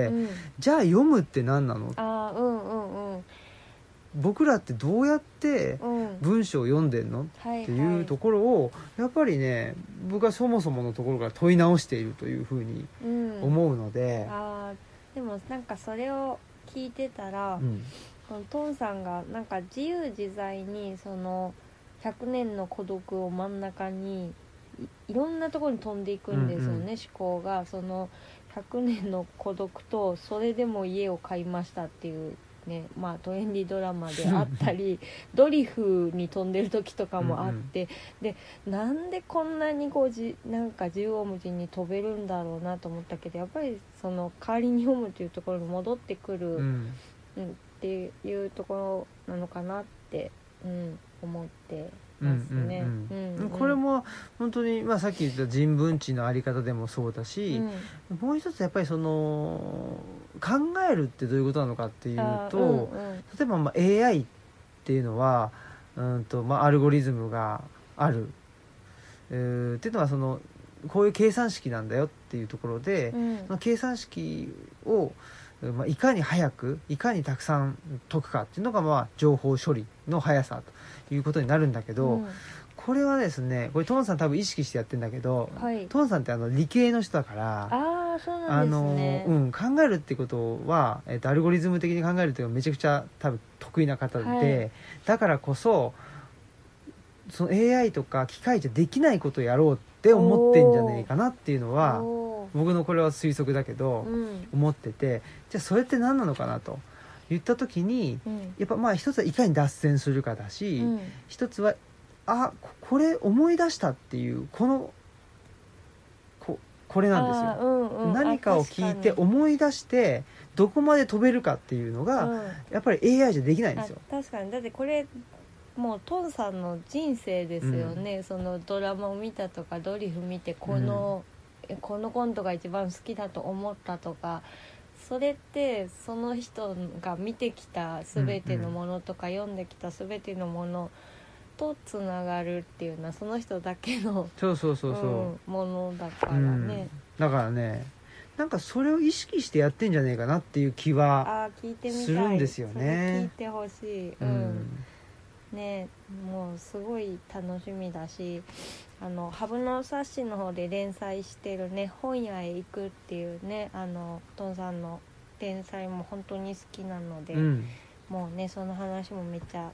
うん、
じゃあ読むって何なの、
あーうんうんうん
僕らってどうやって
うん
文章を読んでんの
はい
っていうところをやっぱりね、僕はそもそものところから問い直しているというふうに
うん
思うので、
あーでもなんかそれを聞いてたら、
うん
このトンさんがなんか自由自在にそのひゃくねんの孤独を真ん中に い, いろんなところに飛んでいくんですよね、
うんうん
思考が。そのひゃくねんの孤独とそれでも家を買いましたっていうね、まあトレンディドラマであったりドリフに飛んでる時とかもあって、うんうん、でなんでこんなにこうじなんか縦横無尽に飛べるんだろうなと思ったけど、やっぱりその代わりに読むというところに戻ってくる、
うん
うん、っていうところなのかなって、うん、思ってますね。
これも本当に、まあ、さっき言った人文知のあり方でもそうだし、うん、もう一つやっぱりその考えるってどういうことなのかっていうと、うんうん、例えばまあ エーアイ っていうのは、うんとまあ、アルゴリズムがある、えー、っていうのはそのこういう計算式なんだよっていうところで、うん、その計算式をまあ、いかに早くいかにたくさん解くかっていうのが、まあ、情報処理の速さということになるんだけど、うん、これはですね、これトンさん多分意識してやってるんだけど、はい、トンさんってあの理系の人だから、
あ、そうなんですね、
あの、うん、考えるってことは、えーと、アルゴリズム的に考えるっていうのはめちゃくちゃ多分得意な方で、はい、だからこそその エーアイ とか機械じゃできないことをやろうって思ってんじゃねえかなっていうのは僕のこれは推測だけど、うん、思ってて、じゃあそれって何なのかなと言った時に、うん、やっぱまあ一つはいかに脱線するかだし、うん、一つはあこれ思い出したっていうこの こ, これなんですよ、うんうん、何かを聞いて思い出してどこまで飛べるかっていうのが、うん、やっぱり エーアイ じゃできないんですよ。
確かに、だってこれもうトンさんの人生ですよね、うん、そのドラマを見たとかドリフ見てこの、うん、このコントが一番好きだと思ったとか、それってその人が見てきた全てのものとか、うんうん、読んできた全てのものとつながるっていうのはその人だけの
そうそうそうそう、
うん、ものだからね、うん、
だからねなんかそれを意識してやってんじゃねえかなっていう気はするんですよね。
それ聞いてほしい、うんうんね、もうすごい楽しみだし、あのハブの冊子の方で連載してるね本屋へ行くっていうね、あのトンさんの連載も本当に好きなので、うん、もうねその話もめっちゃ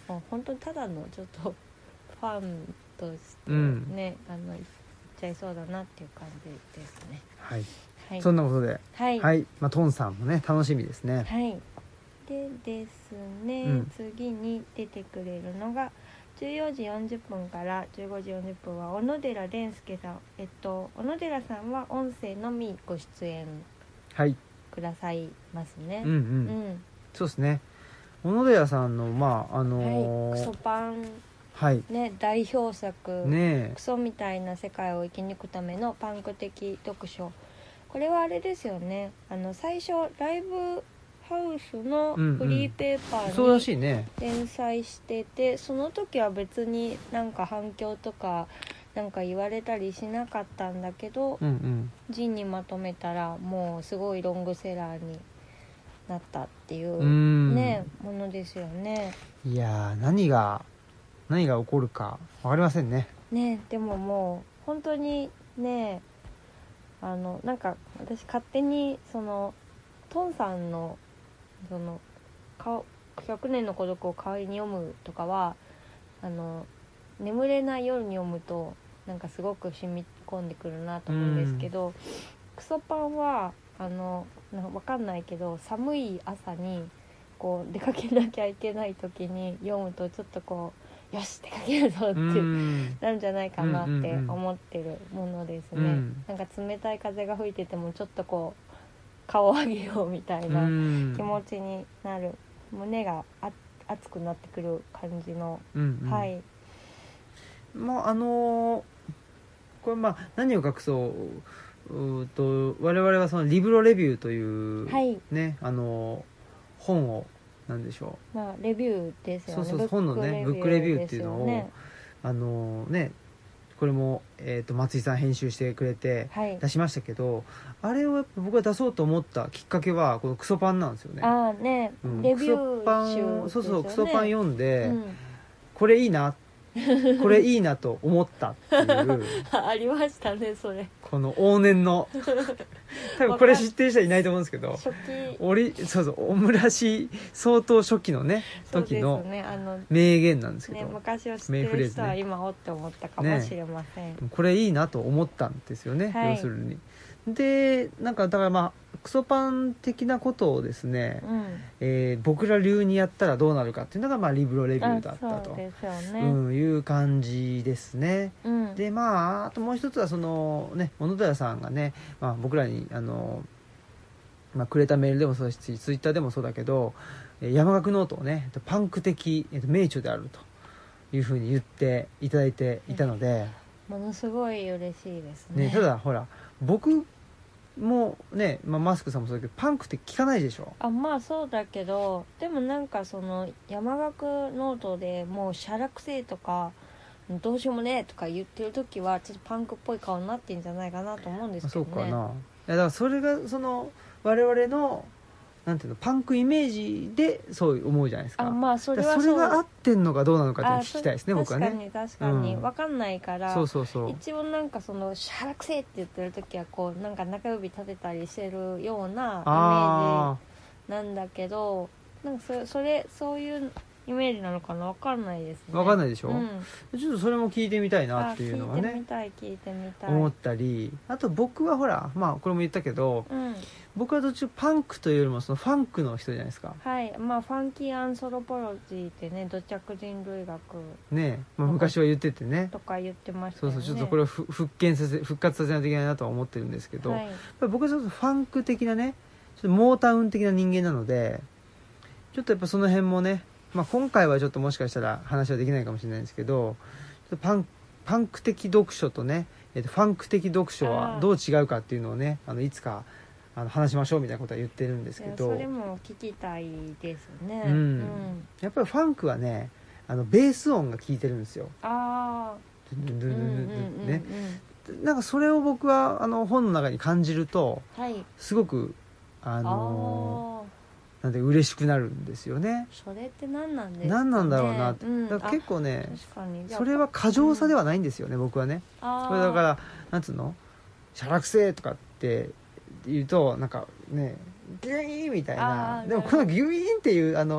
もう本当にただのちょっとファンとして
うん
ね、あの行っちゃいそうだなっていう感じですね。
はい、
はい、
そんなことで、
はい
はい、まあ、トンさんもね楽しみですね。
はい、でですね、
うん
次に出てくれるのがじゅうよじよんじゅっぷんからじゅうごじよんじゅっぷんは小野寺蓮介さん、えっと小野寺さんは音声のみご出演
はい、
くださいますね。
うんうん、
うん
そうですね。小野寺さんのまああのー、
はい、クソパン
はい
ね、代表作、
ね
クソみたいな世界を生き抜くためのパンク的読書。これはあれですよね、あの最初ライブハウスのフリーペーパ
え、そうら
ーに
しいね。
連載してて、その時は別になんか反響とかなんか言われたりしなかったんだけど、
うんうん、
ジンにまとめたらもうすごいロングセラーになったっていう
うーん
ね、ものですよね。
いやー、何が何が起こるか分かりませんね。
ね、でももう本当にね、あのなんか私勝手にそのトンさんのそのかひゃくねんの孤独を代わりに読むとかは、あの眠れない夜に読むとなんかすごく染み込んでくるなと思うんですけど、クソパンはあのなんか分かんないけど、寒い朝にこう出かけなきゃいけない時に読むとちょっとこうよし出かけるぞって
うーん
なるんじゃないかなって
うんうんうん
思ってるものですね、
うん
なんか冷たい風が吹いててもちょっとこう顔を上げようみたいな
うん
気持ちになる、胸があ熱くなってくる感じの、
うんうん、
はい
まああのーこれまあ何を隠そううーと我々はそのリブロレビューという、
はい
ね、あのー本をなんでしょ
まあレビューですよね。
そうそう本のねブックレビューっていうのを、
ですよね、
うあのーねこれも、えー、と松井さん編集してくれて
はい、
出しましたけど、あれをやっぱ僕が出そうと思ったきっかけはこのクソパンなんですよね。
ああね、
うん
レビュ
クソパン
ー集ですよね。
そうそうクソパン読んで、
うん
これいいなこれいいなと思ったっていう
ありましたねそれ。
この往年の多分これ知ってる人はいないと思うんですけど、
初期
オリそうそうオムラシ相当初期のね
そうです
時の
ね、あの
名言なんですけど、
ね、昔を知ってる人は今おって思ったかもしれません、
これいいなと思ったんですよね、
はい
要するに。でなんかだからまあクソパン的なことをですね、
うん、
えー僕ら流にやったらどうなるかっていうのがまあリブロレビューだった
あ
と
そうですよね、
うん、いう感じですね。
うん、
でまああともう一つはそのね小野寺さんがね、まあ、僕らにあの、まあ、くれたメールでもそうですしツイッターでもそうだけどえー山岳ノートをねパンク的えー名著であるというふうに言っていただいていたので、
ものすごい嬉しいですね。
ね、ただほら僕もね、まあ、マスクさんもそうだけどパンクって聞かないでしょ。
あまあそうだけど、でもなんかその山岳ノートでもうシャラくせえとかどうしようもねえとか言ってる時はちょっとパンクっぽい顔になってんじゃないかなと思うんですけどね。
そうかな。いやだからそれがその我々のなんていうのパンクイメージでそう思うじゃないですか。
あまあそれは
だからそれが合ってんのかどうなのかっていうのを聞きたいですね、
あ
僕はね。
確かに確かに、
うん
分かんないから
そうそうそう。
一応なんかそのシャラくせえって言ってる時はこうなんか中指立てたりしてるようなイメー
あ
ジなんだけど、なんかそそれそういうイメージなのかな、分かんないですね。
あ分かんないでしょ、
うん、
ちょっとそれも聞いてみたいな
あ
っていうのは
聞いてみ
ね
たい聞いてみたい。
思ったり、あと僕はほらまあこれも言ったけど
うん
僕はどっちかパンクというよりもそのファンクの人じゃないですか
はい、まあファンキーアンソロポロジーってね、土着人類学
ね、まあ、昔は言っててね
とか言ってましたよね。
そうそうちょっとこれをふ復権させ復活させないといけないなとは思ってるんですけど、
はい
やっぱり僕はちょっとファンク的なねちょっとモータウン的な人間なのでちょっとやっぱその辺もね、まあ、今回はちょっともしかしたら話はできないかもしれないんですけどちょっとパンパンク的読書とね、えっと、ファンク的読書はどう違うかっていうのをねあのいつかあの話しましょうみたいなことは言ってるんですけど
いやそれも聞きたいですね。
うん
うん、
やっぱりファンクはねあのベース音が効いてるんですよ。
ああ、
ドゥドゥドゥドゥ
うんうんうんうん、
ね、なんかそれを僕はあの本の中に感じると
はい。
すごくあ
あ
の
あ、
なんで嬉しくなるんですよね。
それって何なんですかね。
何なんだろうなって、
うん、
だから結構ね
あ確かに
それは過剰さではないんですよね、僕はね。
あー
これだからなんつうのシャラくせえとかって言うとなんかねギュイーンみたいな
あー
でもこのギュイーンっていうあの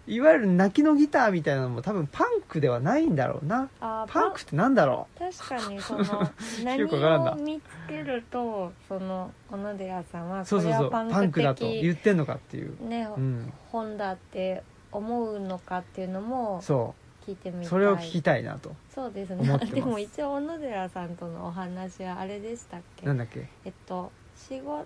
いわゆる泣きのギターみたいなのも多分パンクではないんだろうな。
あ
パンクってなんだろ
確かにその何
よくわからんな
を見つけるとその小野寺さんは
う。そう
こ
そうそう
れはパンク
パンクだと
的
言ってんのかっていう、
ね、
うん、
本だって思うのかっていうのも
そ
聞いてみたい。
うそれを聞きたいなと。
そうです
思ってます
ねでも一応小野寺さんとのお話はあれでしたっけ？
なんだっけ。
えっと仕事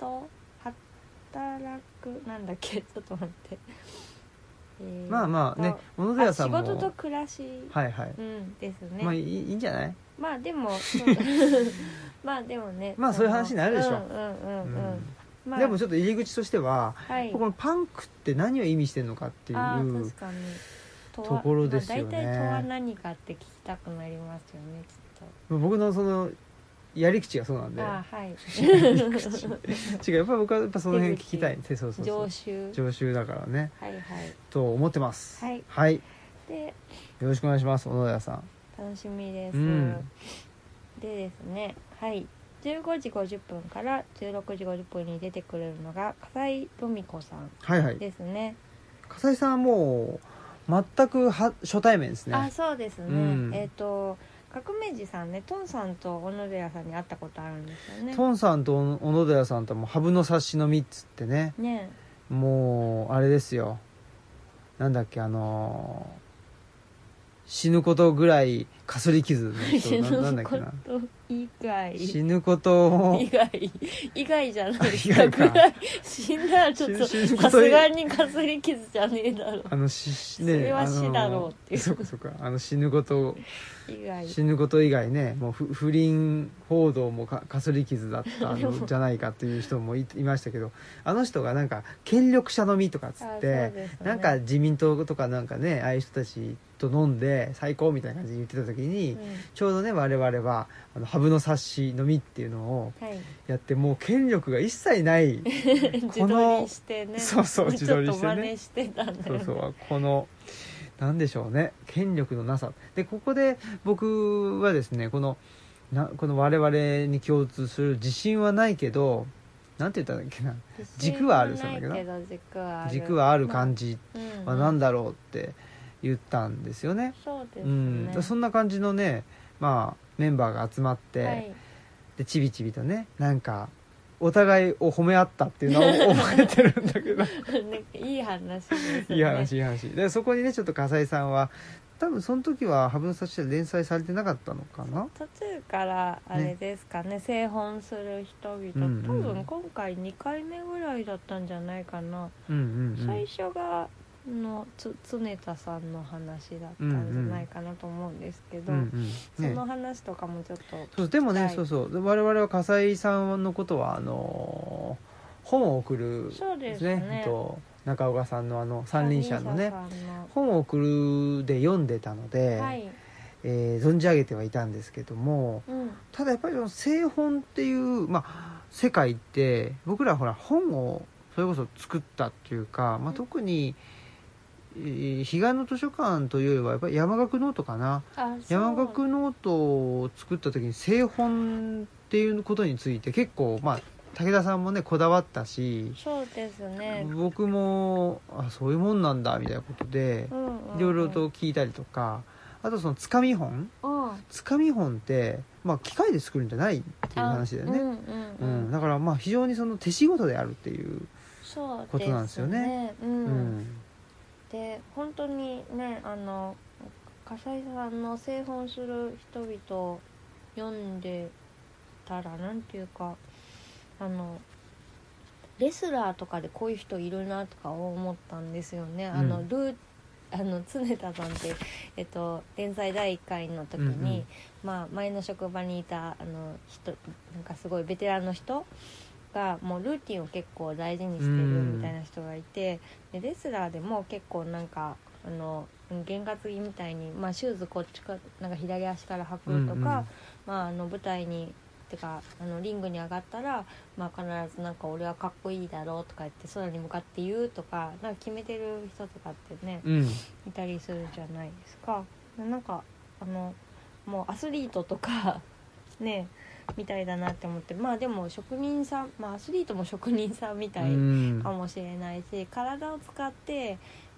働くなんだっけちょっと待って、えー
まあまあね、小野
あ
寺さんも
仕事と暮らし、
はいはい、
うんですね。
まあいい、いいんじゃない。
まあでもそうまあでもね
まあそういう話になるでしょ
うんうんうんうん、
うん
まあ、
でもちょっと入り口としては、
はい、
このパンクって何を意味してるのかっていう
あー確かにと
ところですよね。
まあ、大体とは何かって聞きたくなりますよねきっと。
僕のそのやり口がそうなんで、
あーはい
やり口違う、やっぱり僕はやっぱその辺聞きたい。そうそうそう
常習
常習だからね
はいはい
と思ってます。
はい、
はい、
で
よろしくお願いします、小野寺さん。
楽しみです、
うん
でですねはいじゅうごじごじゅっぷんからじゅうろくじごじゅっぷんに出てくれるのが笠井留美子さん
はいはい。
ですね。
笠井さんはもう全くは初対面ですね。
あそうですね、
うん
えっ、と革命児さんねトンさんと小野寺さんに会ったことあるんですよね。
トンさんと小野寺さんともハブの察しのみっつってね、
ね
もうあれですよ、なんだっけ、あのー死ぬことぐらいかすり傷の人
死
ななんだ
ぬこ
っけな、
と以外
死ぬことを
以外以外じゃない
以外か
ぐらい死んだらちょっと
死ぬこと
さすがにかすり傷じゃねえだろ
あのし
それは死だろうっていう
あのそうかそうか、あの死ぬこと
以外
死ぬこと以外ね、もう不不倫報道もかかすり傷だったのじゃないかっていう人もいいましたけど、あの人がなんか権力者のみとかっつ
あそう
って、
ですね
なんか自民党とかなんかね、ああいう人たちと飲んで最高みたいな感じで言ってた時に、
うん
ちょうどね我々はあのハブの察しのみっていうのを
はい
やって、もう権力が一切ない
自撮りしてね
そうそう自撮りしてね
ちょっと真似してたんだよね
そうそうこのなんでしょうね、権力のなさで、ここで僕はですね、このなこの我々に共通する自信はないけど、なんて言ったんだっけな、軸はあるそうだけど
自信はないけど軸はある
軸はある感じ
まあ
は何だろうって言ったんですよね。
そうです
う
ね、
ん、そんな感じのね、まあ、メンバーが集まって、
はい
でちびちびとね、なんかお互いを褒め合ったっていうのを覚えてるんだけど
ねいい話ですね
いい話いい話で、そこにねちょっと笠井さんは多分その時は「ハブの察し」で連載されてなかったのかな。
途中からあれですかね製本する人々、
うんうん
多分今回にかいめぐらいだったんじゃないかな、
うんうんうん、
最初がのつ常田さんの話だったんじゃないかなと思うんですけど、
うんうんね、
その話とかもちょっと
そうでもね、
はい
そうそうで我々は笠井さんのことはあのー本を送る
そうですね
えっと中岡さんのあの三輪車のね
三輪車さんの
本を送るで読んでたので、
はい、
えー存じ上げてはいたんですけども、
うん、
ただやっぱりその製本っていう、まあ、世界って僕らほら本をそれこそ作ったっていうか、まあ、特に、えー、彼岸の図書館というよりはやっぱり山岳ノートかな。
あそう
山岳ノートを作った時に製本っていうことについて結構、まあ、武田さんもねこだわったし、
そうですね、
僕もあそういうもんなんだみたいなことで
うんうんうん、
いろいろと聞いたりとか、あとそのつかみ本
うん
つかみ本って、まあ、機械で作るんじゃないっていう話だよね、
うんうん
う
うん
ん、だからまあ非常にその手仕事であるっていう、
そう
ことなんですよね
うん
うん
で本当にねあの笠井さんの製本する人々を読んでたらなんていうかあのレスラーとかでこういう人いるなとか思ったんですよね、あの
うん
ルーあの常田さんって、えっと、連載だいいっかいの時に、
うんうん
まあ、前の職場にいたあの人なんかすごいベテランの人がもうルーティンを結構大事にしてるみたいな人がいて、でレスラーでも結構なんかあの験担ぎみたいに、まあ、シューズこっちかなんか左足から履くとか、
うんうん
まあ、あの舞台にてかあのリングに上がったら、まあ、必ずなんか俺はかっこいいだろうとか言って空に向かって言うとかなんか決めてる人とかってね、
うん
いたりするじゃないですか。なんかあのもうアスリートとかねみたいだなって思って、まあでも職人さん、まあアスリートも職人さんみたい
うん
かもしれないし、体を使って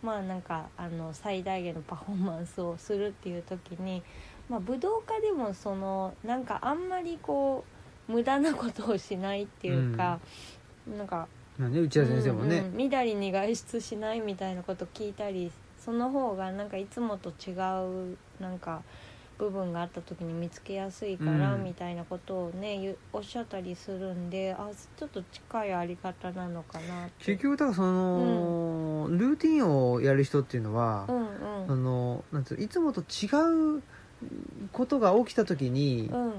まあなんかあの最大限のパフォーマンスをするっていう時に、まあ、武道家でもそのなんかあんまりこう無駄なことをしないっていうか、うん、なんか
まあね、内田先生もね、
うんうん、みだりに外出しないみたいなこと聞いたり、その方がなんかいつもと違うなんか部分があった時に見つけやすいからみたいなことをね、うん、おっしゃったりするんで、あちょっと近いあり方なのかなって。
結局だからその、うん、ルーティンをやる人っていうのは、うんうん、そのなんていういつもと違うことが起きた時に、うん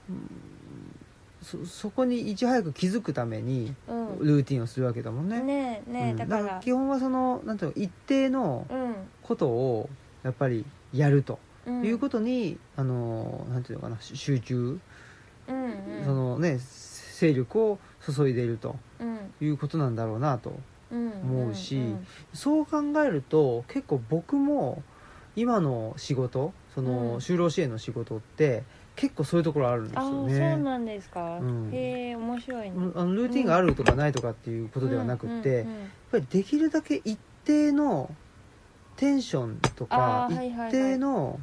そ, そこにいち早く気づくためにルーティンをするわけだもんね。
うん、ねえねえ、うん、だから、だから
基本はそのなんていうの一定のことをやっぱりやるということに、うん、あのなんていうのかな集中、うんうん、そのね勢力を注いでいるということなんだろうなと思うし、うんうんうん、そう考えると結構僕も今の仕事その就労支援の仕事って結構そういうところあるんですよね。
あ、そうなんですか、うん、へえ面白いね。
あのルーティンがあるとかないとかっていうことではなくって、うんうんうん、やっぱりできるだけ一定のテンションとか一定の、はいはいはい、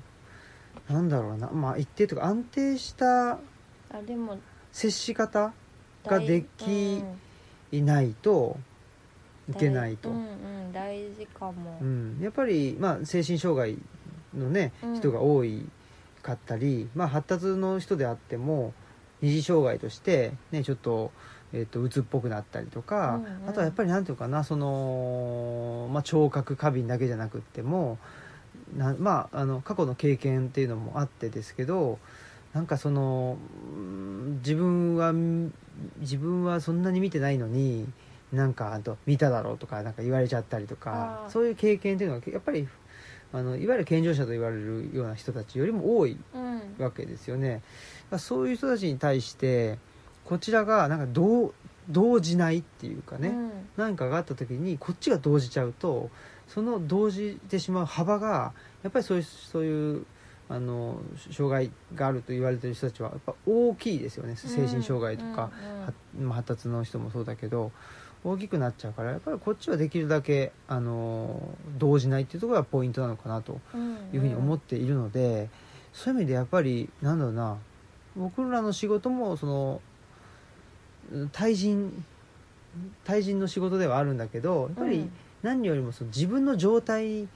なんだろうな、まあ一定とか安定した
あでも
接し方ができないといけないと、
うんうん、大事かも、
うん、やっぱり、まあ、精神障害の、ね、人が多いかったり、まあ、発達の人であっても二次障害として、ね、ちょっと、えーと、うつっぽくなったりとか、うんうん、あとはやっぱりなんていうかなその、まあ、聴覚過敏だけじゃなくってもな、まあ、あの過去の経験っていうのもあってですけどなんかその自分は自分はそんなに見てないのになんかあと見ただろうとかなんか言われちゃったりとかそういう経験っていうのはやっぱりあのいわゆる健常者と言われるような人たちよりも多いわけですよね、うん、そういう人たちに対してこちらがなんか動動じないっていうかね、うん、何かがあった時にこっちが動じちゃうとその動じてしまう幅がやっぱりそういうそういうあの障害があると言われている人たちはやっぱ大きいですよね。精神障害とか、うんうんうん、発達の人もそうだけど大きくなっちゃうからやっぱりこっちはできるだけあの動じないっていうところがポイントなのかなというふうに思っているので、うんうん、そういう意味でやっぱりなんだろうな僕らの仕事もその対人対人の仕事ではあるんだけどやっぱり何よりもその自分の状態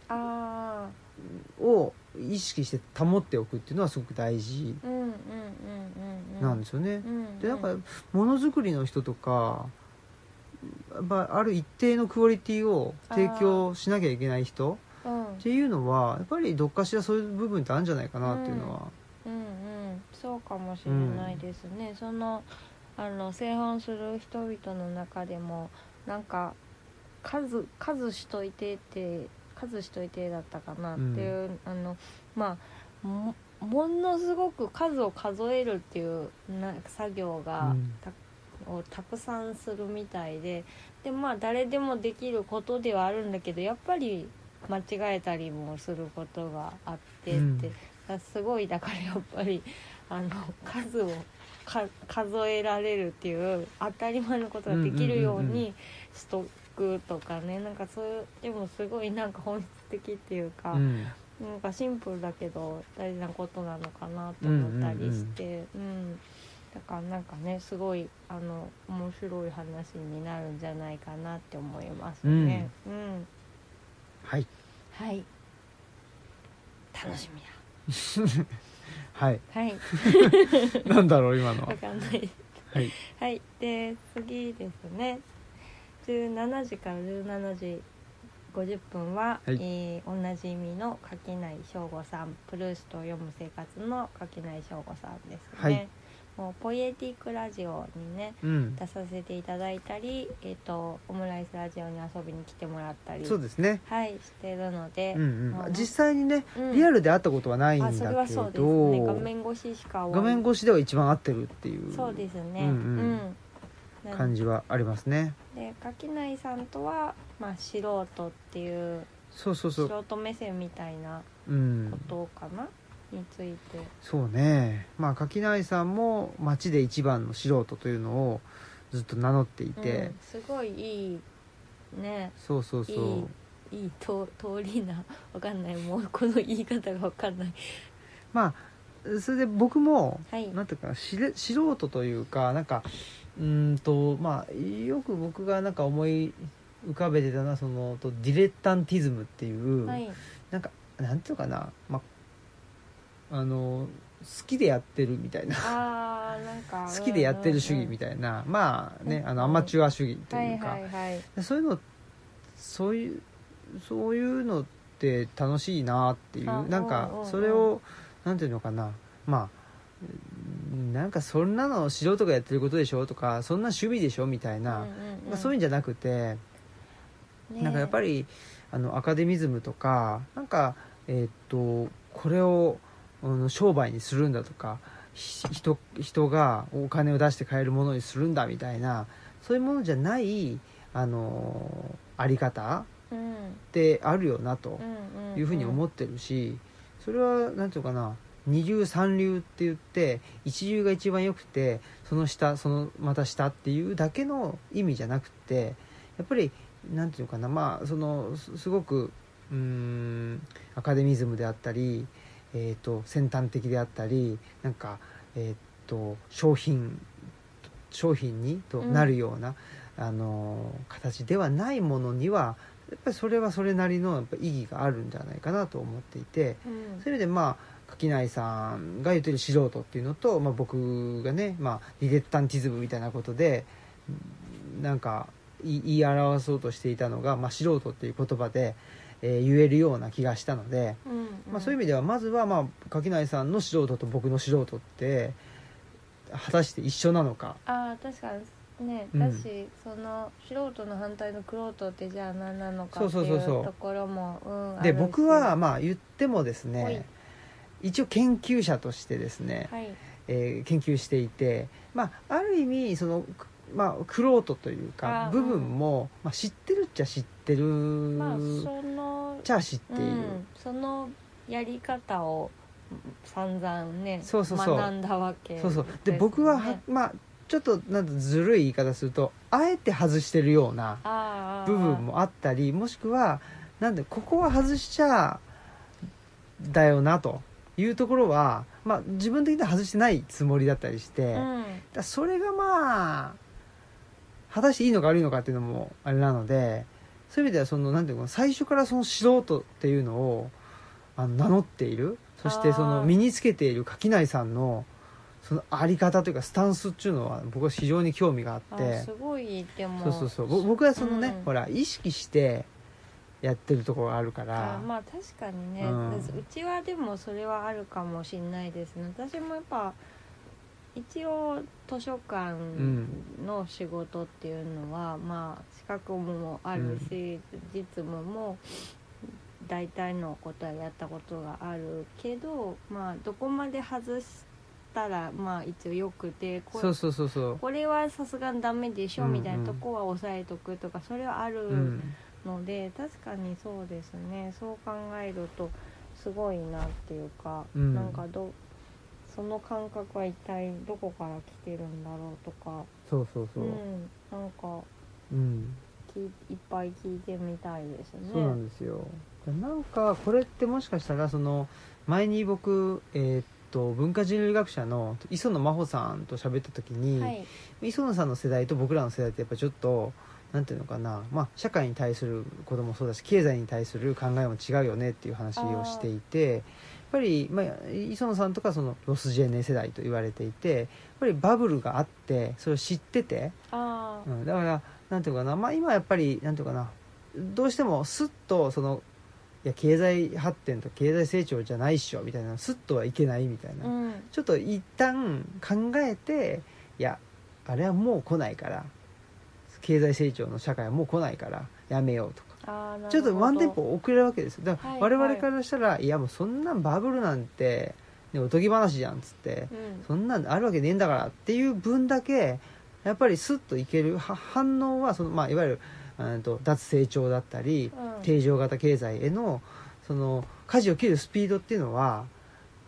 を意識して保っておくっていうのはすごく大事なんですよね。でなんかものづくりの人とかまあ、ある一定のクオリティを提供しなきゃいけない人っていうのはやっぱりどっかしらそういう部分ってあるんじゃないかなっていうのは、
うんうんうん、そうかもしれないですね、うん、そのあの製本する人々の中でもなんか数数しといてって数しといてだったかなっていう、うん、あのまあ も, ものすごく数を数えるっていうな作業が、うんをたくさんするみたいで、でまあ誰でもできることではあるんだけどやっぱり間違えたりもすることがあってって、うん、だすごいだからやっぱりあの数をか数えられるっていう当たり前のことができるようにしとくとかね、なんかそういうでもすごいなんか本質的っていうか、うん、なんかシンプルだけど大事なことなのかなと思ったりして、うんうんうんうんだからなんかねすごいあの面白い話になるんじゃないかなって思いますね、うんうん、
はい
はい楽しみ
だはい
はい
なんだろう今のは
わかんないはい、はい、で次ですねじゅうしちじからじゅうしちじごじゅっぷんは、はいえー、おなじみの垣内翔吾さんプルーストを読む生活の垣内翔吾さんですね、はいもうポイエティックラジオにね、うん、出させていただいたり、えーと、オムライスラジオに遊びに来てもらったり
そうですね
はいしてるので、
うんうん、実際にね、うん、リアルで会ったことはないんだけど、あそれはそうですね
画面越ししか
画面越しでは一番合ってるっていう
そうですね、うん
うんうん、感じはありますね。
で垣内さんとは、まあ、素人っていう
そうそうそう
素人目線みたいなことかな、うんについて
そうねまあ垣内さんも町で一番の素人というのをずっと名乗っていて、
うん、すごいいいね
そうそうそういい
いいと通りなわかんないもうこの言い方がわかんない。
まあそれで僕も、
はい、
なんていうかしれ素人というかなんかうーんとまあよく僕がなんか思い浮かべてたのはそのとディレッタンティズムっていう、
はい、
なんかなんていうかな、まああの好きでやってるみたいな
あーなんか
好きでやってる主義み
たい
たいな、まあね、あの
うん
アマチュア主義と
はいいう
か、
はいはい
そういうのそういうそういうのって楽しいなっていう
あ
なんか
うんうんうん
それをなんていうのかな、まあなんかそんなの素人がやってることでしょとかそんな趣味でしょみたいな、
うんうんうん
そういうんじゃなくて、
ね
なんかやっぱりあのアカデミズムとかなんかえーっとこれを、うん、商売にするんだとかひ人人がお金を出して買えるものにするんだみたいなそういうものじゃないあのあり方
うん
ってあるよなと
うんうん
いうふうに思ってるし、それはなんていうかな二流三流って言って一流が一番良くてその下そのまた下っていうだけの意味じゃなくてやっぱりなんていうかなまあそのすすごくうーんアカデミズムであったり、えー、と先端的であったりなんか、えー、と商品商品にとなるような、うん、あの形ではないものにはやっぱりそれはそれなりのやっぱ意義があるんじゃないかなと思っていて、
うん
そういう意味でまあ垣内さんが言ってる素人っていうのと、まあ、僕がね、まあ、ディレッタンティズムみたいなことでなんか言い表そうとしていたのが、まあ、素人っていう言葉で、えー、言えるような気がしたので、
うんうん
まあ、そういう意味ではまずは、まあ、垣内さんの素人と僕の素人って果たして一緒なのか。
あー確かにね、
うん
だしその素人の反対の玄人ってじゃあ何なのかってい
そうそうそうそう
うところもうん
で
あるし
僕はまあ言ってもです
はい
ね一応研究者としてですね、
はい
えー研究していて、まあ、ある意味その、まあ、玄人というか
あ
部分も、まあ、知ってるっちゃ知ってる、
まあその
じゃあ知っている、
うん、そのやり方を散々ね
そうそうそう
学んだわけ
そうそうで
ですね
僕はは、まあ、ちょっとなんとずるい言い方するとあえて外してるような
あー
部分もあったりもしくはなんでここは外しちゃだよなというところは、まあ、自分的には外してないつもりだったりして、
うん
だそれがまあ果たしていいのか悪いのかっていうのもあれなのでそういう意味ではそのなんていうの最初からその素人っていうのをあの名乗っているそしてその身につけている垣内さんのそのあり方というかスタンスっていうのは僕は非常に興味があって
あすごいでも
そうそうそうぼ僕はそのね、
うん
ほら意識してやってるところがあるか
あ
ら
まあ確かにね、
う
うんちはでもそれはあるかもしれないですね。私もやっぱ一応図書館の仕事っていうのは、まあ資格もあるし、実務も大体のことはやったことがあるけど、まあどこまで外したらまあ一応よくてこ
そうそうそうそう
これはさすがにダメでしょ
うんうん
みたいなとこは押さえとくとかそれはある
うん
ので、確かにそうですね。そう考えるとすごいなっていうか、
うん
なんかどその感覚は一体どこから来てるんだろうとか、
そうそうそう、
ん、なんか
うん
きいっぱい聞いてみたいですね。
そうなんですよなんかこれってもしかしたらその前に僕、えーっと文化人類学者の磯野真帆さんと喋った時に、
はい、
磯野さんの世代と僕らの世代ってやっぱちょっとなんていうのかな、まあ、社会に対することもそうだし経済に対する考えも違うよねっていう話をしていてやっぱり、まあ、磯野さんとかそのロスジェネ世代と言われていてやっぱりバブルがあってそれを知ってて、
あ
うん、だからなんていうかな、まあ、今やっぱりなんていうかなどうしてもスッとそのいや経済発展と経済成長じゃないっしょみたいなスッとはいけないみたいな、
ー、うん、
ちょっと一旦考えていやあれはもう来ないから経済成長の社会はもう来ないからやめようとか
あーなるほど
ちょっとワンテンポ遅れるわけですよだから
はい
我々からしたら、い、やもうそんなんバブルなんて、ね、おとぎ話じゃんっつって
うん
そんなんあるわけねえんだからっていう分だけやっぱりスッといけるは反応はその、まあ、いわゆるうんと脱成長だったり、
うん
定常型経済へのその舵を切るスピードっていうのは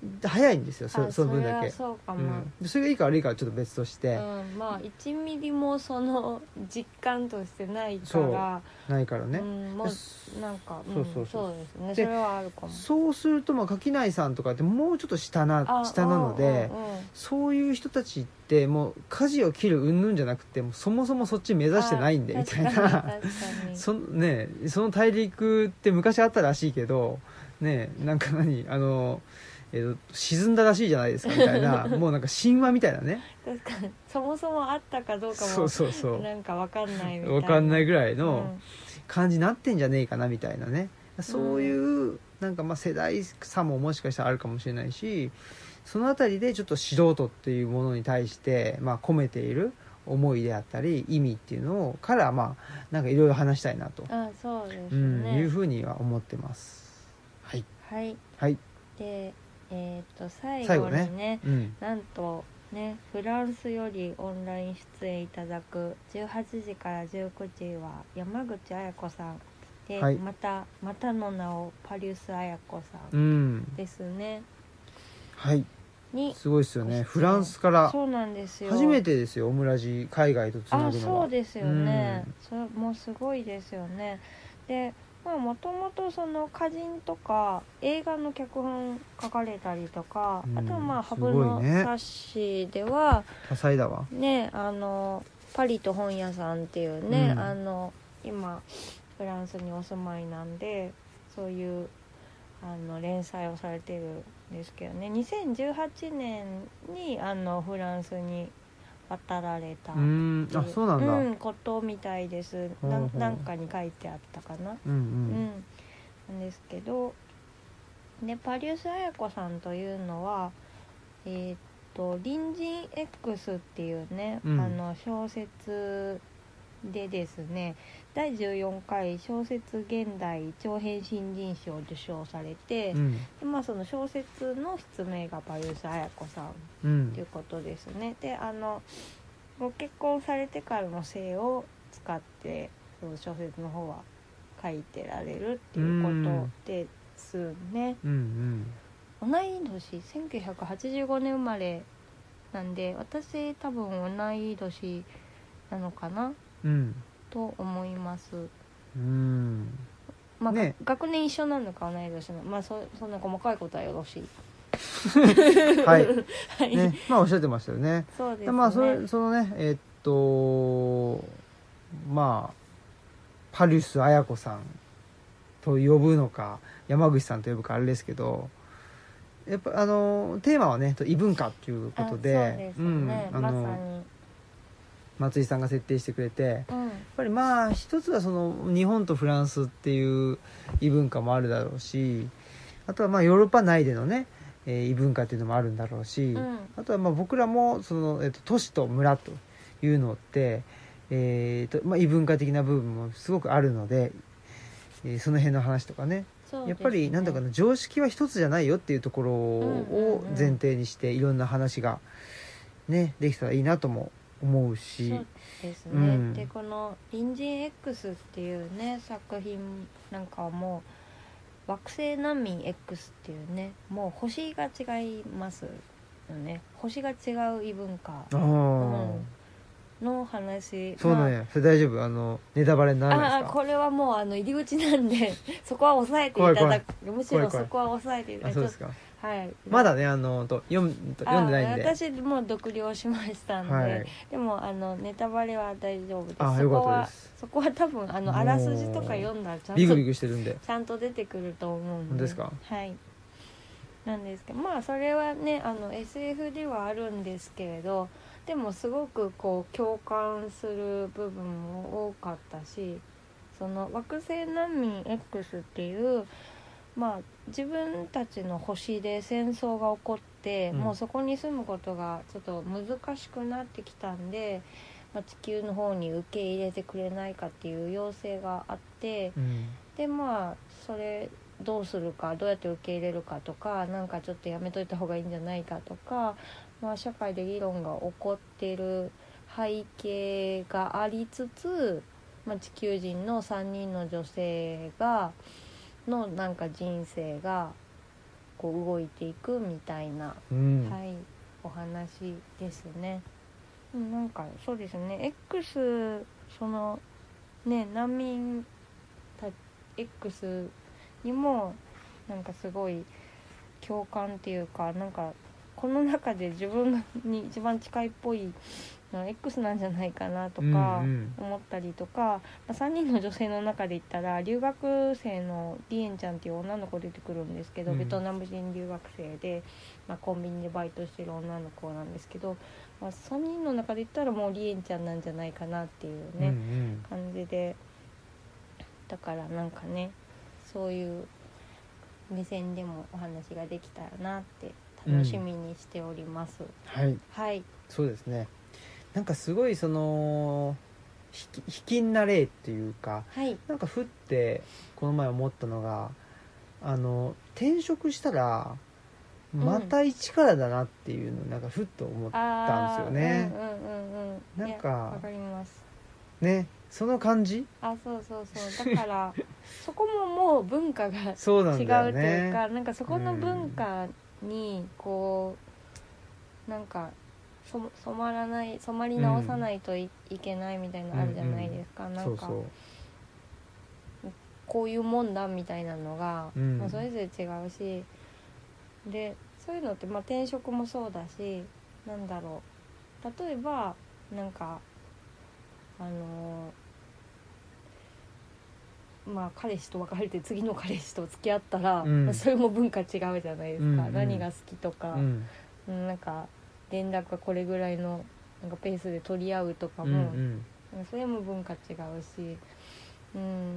早いんですよ、そ
あ
その分だけ。
それはそうか
う
も、
ん、でそれがいいか悪いかはちょっと別として、
うん、まあいちミリもその実感としてないから
ないからね、
うん、も
で
うなんか、うん、
そうそうそう
そうですね、
で
それはあるかも。
そうするとまあ垣内さんとかってもうちょっと下な
あ
下なので、
うんうんうん
そういう人たちってもう舵を切る云々じゃなくてもうそもそもそっち目指してないんで
あ
みたいな
確かに確かに
そのね、その大陸って昔あったらしいけどね、なんか何あの、えーと沈んだらしいじゃないですかみたいなもうなんか神話みたいなね、
確かにそもそもあったかどうかも
そうそうそう
なんかわかんないみたいな、
分かんないぐらい
うん
の感じになってんじゃねえかなみたいなね、そういうなんかまあ世代差ももしかしたらあるかもしれないし、そのあたりでちょっと素人っていうものに対してまあ込めている思いであったり意味っていうのをからまあなんかいろいろ話したいなと、
あそうです
うん、
ね、
いうふうには思ってます。はい
はい
はい、
でえっ、と最
最後
後にね
ね、うん、
なんとねフランスよりオンライン出演いただくじゅうはちじからじゅうくじは山口彩子さんで、
はい
またまたの名をパリウス彩子さ
うんん、
ですね、
はい
に
すごいですよ
ご出演
ね、フランスから
そうなんですよ、
初めてですよオムラジ海外とつなぐのは。
あそうですよね、
うん
それもうすごいですよね。でまあもともとその歌人とか映画の脚本書かれたりとか、
うん
あとはまあハ
す
ブの
ごいね
冊子では
多彩だわ。
ねあのパリと本屋さんっていうね、
うん
あの今フランスにお住まいなんでそういうあの連載をされてるんですけどね、にせんじゅうはちねんにあのフランスに渡られた
うーん、あそうなんだ、
うん、ことみたいです。
ほうほう
ななんかに書いてあったかな、
うんう
うんん、なんですけど、でパリウス彩子さんというのはえーっと隣人 X っていうね、
うん
あの小説でですねだいじゅうよんかい小説現代長編新人賞を受賞されて、
うん
でまあ、その小説の筆名がパリウス彩子さん
うん
ということですね。であのご結婚されてからの姓を使ってその小説の方は書いてられるっていうことですね。
うん
同い年せんきゅうひゃくはちじゅうごねん生まれなんで私多分同い年なのかな
うんうん
と思います。
うん
まあ、
ね
学年一緒なのか同い年なのまあ そ, そんな細かいことはよろしい。
はい
はい
ね、まあおっしゃってましたよね。
そうですね。
まあそれそのねえーっとまあパリウス彩子さんと呼ぶのか山口さんと呼ぶかあれですけど、やっぱあのテーマはね異文化っていうことで、
あそうですね、
うん、あの
まさに、
松井さんが設定してくれて、やっ
うん
ぱりまあ一つはその日本とフランスっていう異文化もあるだろうし、あとはまあヨーロッパ内でのね、えー異文化っていうのもあるんだろうし、
うん
あとはまあ僕らもその、えっと、都市と村というのって、えーとまあ、異文化的な部分もすごくあるので、えーその辺の話とかね、
そうですね
やっぱりなんだかな常識は一つじゃないよっていうところ
うんうん
を
うん
前提にしていろんな話がねできたらいいなとも思うし、
そうですね、
うん
でこの「隣人 X」っていうね作品なんかはもう惑星難民 X っていうねもう星が違いますよね、星が違う異文化
ああ、
うんの話。
そうなんや、それ大丈夫、あのネタバレにならない
ああ
ですか？
これはもうあの入り口なんでそこは抑えていただくむしろそこは抑えていただく
あ、そうですか。
はい
まだねあのと読んと読んでないんで。
あ私もう読了しましたんで、
はい
でもあのネタバレは大丈夫です。
あよかった
そこは
です
そこは多分あの
もう
あらすじとか読んだらちゃんと
ビクビクしてるんで。
ちゃんと出てくると思うんで。
本当ですか？
はいなんですけど、まあそれはねあの エスエフ ではあるんですけれど、でもすごくこう共感する部分も多かったし、その惑星難民 X っていうまあ自分たちの星で戦争が起こって、
うん
もうそこに住むことがちょっと難しくなってきたんで、まあ、地球の方に受け入れてくれないかっていう要請があって、
うん
でまあそれどうするかどうやって受け入れるかとかなんかちょっとやめといた方がいいんじゃないかとか、まあ、社会で議論が起こっている背景がありつつ、まあ、地球人のさんにんの女性がのなんか人生がこう動いていくみたいな、
うん
はいお話ですね。うん、なんかそうですね X そのね難民た X にもなんかすごい共感っていうか、なんかこの中で自分に一番近いっぽいの X なんじゃないかなとか思ったりとか、うんうんまあ、さんにんの女性の中で言ったら留学生のリエンちゃんっていう女の子出てくるんですけど、うん、ベトナム人留学生で、まあ、コンビニでバイトしてる女の子なんですけど、まあ、さんにんの中で言ったらもうリエンちゃんなんじゃないかなっていうね、うんうん、感じで、だからなんかねそういう目線でもお話ができたらなって楽しみにしております、うん、
はい、
はい、
そうですね。なんかすごいその卑近な例っていうか、
はい、
なんかふってこの前思ったのが、あの転職したらまた一からだなっていうのをなんかふっと思ったんですよね、
うんうんうんうん、
なんか
わかります
ね、その感じ。
あ、そうそうそう、だからそこももう文化が違うというか、
ね、
なんかそこの文化にこう、うん、なんかそ染まらない染まり直さないと い,、うん、いけないみたいなのあるじゃないですか、うんうん、なんかそうそうこういうもんだみたいなのが、うんまあ、それぞれ違うし、でそういうのって、まあ、転職もそうだし、なんだろう、例えばなんかあのー、まあ彼氏と別れて次の彼氏と付き合ったら、うんまあ、それも文化違うじゃないですか、うんうん、何が好きとか、うん、なんか連絡がこれぐらいのなんかペースで取り合うとかも、うんうん、それも文化違うし、うん、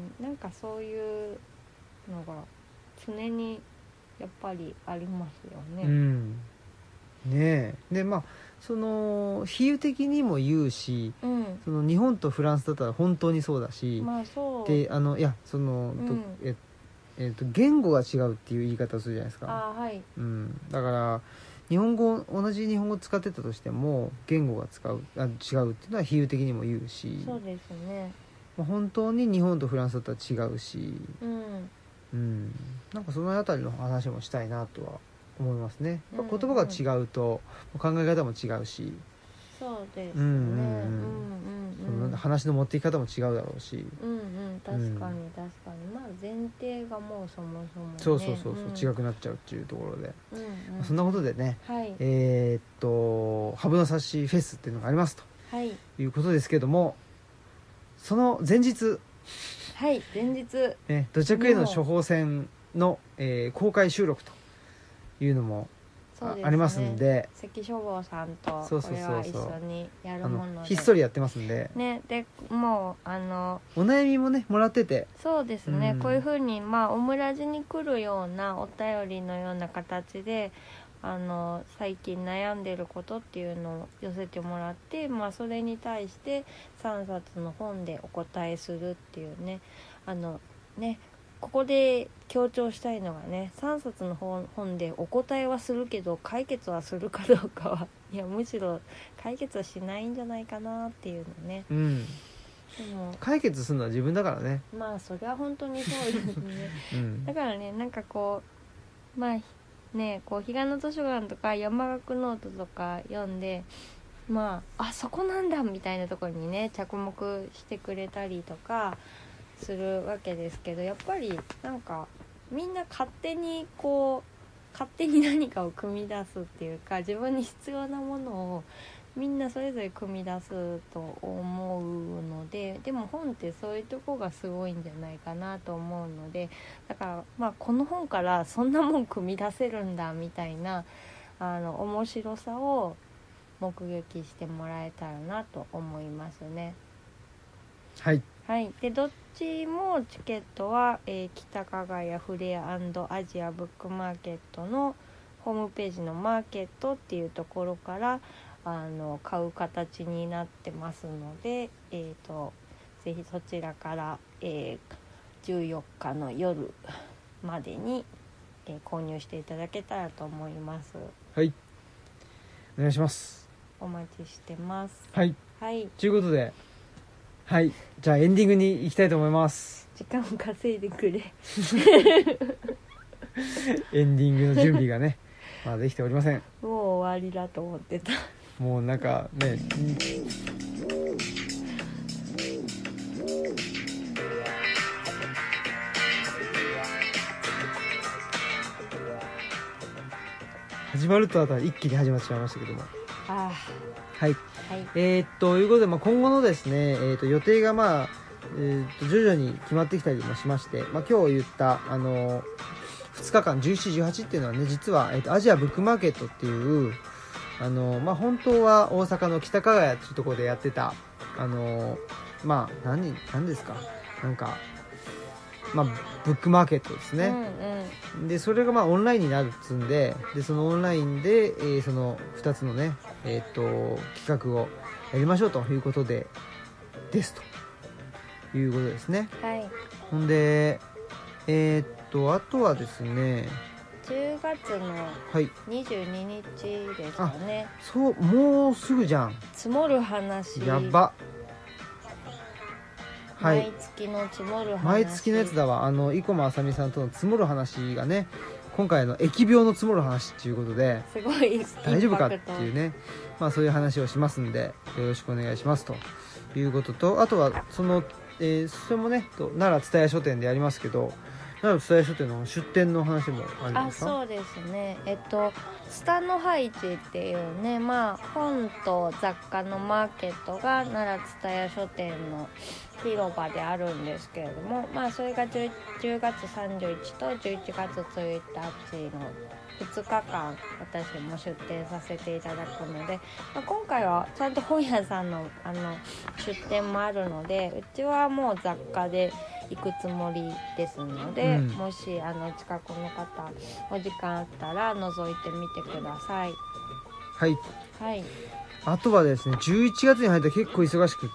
なんかそういうのが常にやっぱりありますよね、うん、
ねえ。でまあその比喩的にも言うし、うん、その日本とフランスだったら本当にそうだし、
まあそう
であのいやその、うん、ええー、と言語が違うっていう言い方をするじゃないですか。
あ、はい、
うん、だから日本語同じ日本語使ってたとしても言語が使うあ違うっていうのは比喩的にも言うし、
そうですね、
まあ、本当に日本とフランスだったら違うし、
うん
うん、なんかそのあたりの話もしたいなとは思いますね。やっぱ言葉が違うと考え方も違うし、
そうですね、うんうん
うんうん、話の持っていき方も違うだろうし、
うんうん確かに確かに、まあ前提がもうそもそも、ね、
そうそうそうそう、うん、違くなっちゃうっていうところで、うんうん、まあ、そんなことでね、
はい、
えー、っとハブのサシフェスっていうのがありますと、はい、いうことですけども、その前日
はい前日、
ね、土着への処方箋の、えー、公開収録というのもそうですね、ありますんで、
関書房さんとこれは一緒にやるもので
ひっそりやってますんで、
ね、でもうあの
お悩みもねもらってて、
そうですね、うん、こういう風にまあオムラジに来るようなお便りのような形であの最近悩んでることっていうのを寄せてもらって、まあ、それに対してさんさつの本でお答えするっていうね、あのねここで強調したいのがね、さんさつの 本, 本でお答えはするけど解決はするかどうかはいやむしろ解決はしないんじゃないかなっていうのね、うん、で
も解決するのは自分だからね、
まあそれは本当にそうですね、うん、だからねなんかこうまあねこう彼岸の図書館とか山岳ノートとか読んで、まああそこなんだみたいなところにね着目してくれたりとかするわけですけど、やっぱりなんかみんな勝手にこう勝手に何かを組み出すっていうか、自分に必要なものをみんなそれぞれ組み出すと思うので、でも本ってそういうとこがすごいんじゃないかなと思うので、だからまあこの本からそんなもん組み出せるんだみたいなあの面白さを目撃してもらえたらなと思いますね。
はい、
はい、でどっちもチケットは、えー、北加賀屋フレア&アジアブックマーケットのホームページのマーケットっていうところからあの買う形になってますので、えーと、ぜひそちらから、えー、じゅうよっかの夜までに、えー、購入していただけたらと思います。
はい、お願いします。
お待ちしてます。
はい、
はい、
ということで、はい、じゃあエンディングに行きたいと思います。
時間を稼いでくれ
エンディングの準備がねまだできておりません。
もう終わりだと思ってた。
もうなんかね始まるとあとは一気に始まってしまいましたけども、
あ
はい、
あ、はい。
えー、っということで、まあ、今後のですね、えー、っと予定がまあ、えー、っと徐々に決まってきたりもしまして、まあ、今日言ったあのふつかかんじゅうしち、じゅうはちっていうのはね実は、えー、っとアジアブックマーケットっていうあの、まあ、本当は大阪の北加賀屋っていうところでやってたあのまあ何何ですかなんかまあブックマーケットですね、
うんうん。
でそれがまあオンラインになるっつんで、でそのオンラインで、えーそのふたつのね、えーっと企画をやりましょうということでですということですね。
はい。
ほんでえーっとあとはですね、
じゅうがつの
はい
にじゅうににちですかね。
そうもうすぐじゃん。
積もる話。
やば。はい
毎月の積もる話。
毎月のやつだわ。あの生駒あさみさんとの積もる話がね、今回の疫病の積もる話っていうことで、
すごい
大丈夫かって
インパクト
いうね、まあそういう話をしますんでよろしくお願いしますということと、あとはその、えーそれもねと奈良蔦屋書店でやりますけど、奈良蔦屋書店の出店の話もあるん
あ、
ですか？
そうですね。えっとスタの配置っていうね、まあ本と雑貨のマーケットが奈良蔦屋書店の広場であるんですけれども、まあそれが 10, じゅうがつさんじゅういちとじゅういちがつついたちのふつかかん私も出店させていただくので、まあ、今回はちゃんと本屋さんの、あの出店もあるので、うちはもう雑貨で行くつもりですので、
うん、
もしあの近くの方お時間あったら覗いてみてください。
はい。
はい。
あとはですね、じゅういちがつに入ったら結構忙しくって、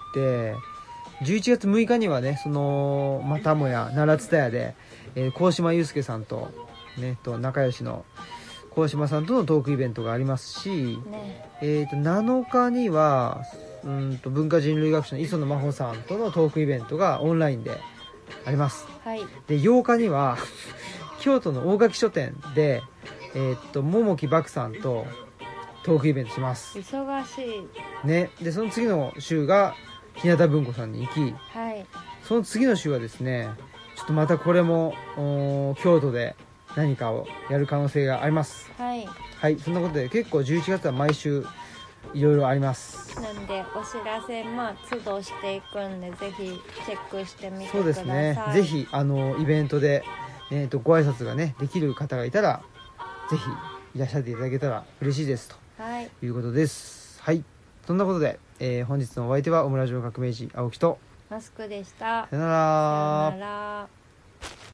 じゅういちがつむいかにはね、そのまたもや奈良蔦屋で、えー、鴻島祐介さんとねと仲良しの鴻島さんとのトークイベントがありますし、
ね、
えー、となのかにはうんと文化人類学者の磯野真帆さんとのトークイベントがオンラインであります。
はい。
でようかには京都の大垣書店で、えー、と桃木漠さんとトークイベントします、
忙しい。
ね、でその次の週が日向文庫さんに行き、
はい。
その次の週はですね、ちょっとまたこれもお京都で何かをやる可能性があります。
はい。
はい、そんなことで結構じゅういちがつは毎週いろいろあります。
なんでお知らせまあ都度していくんで、ぜひチェックしてみて
そう
ください。
ですね、ぜひあのイベントで、えー、とご挨拶がねできる方がいたらぜひいらっしゃっていただけたら嬉しいです
はい。
ということです。はい、そんなことで、えー本日のお相手はオムラジオ革命児青木と、
マスクでした。
さよなら。
さよなら。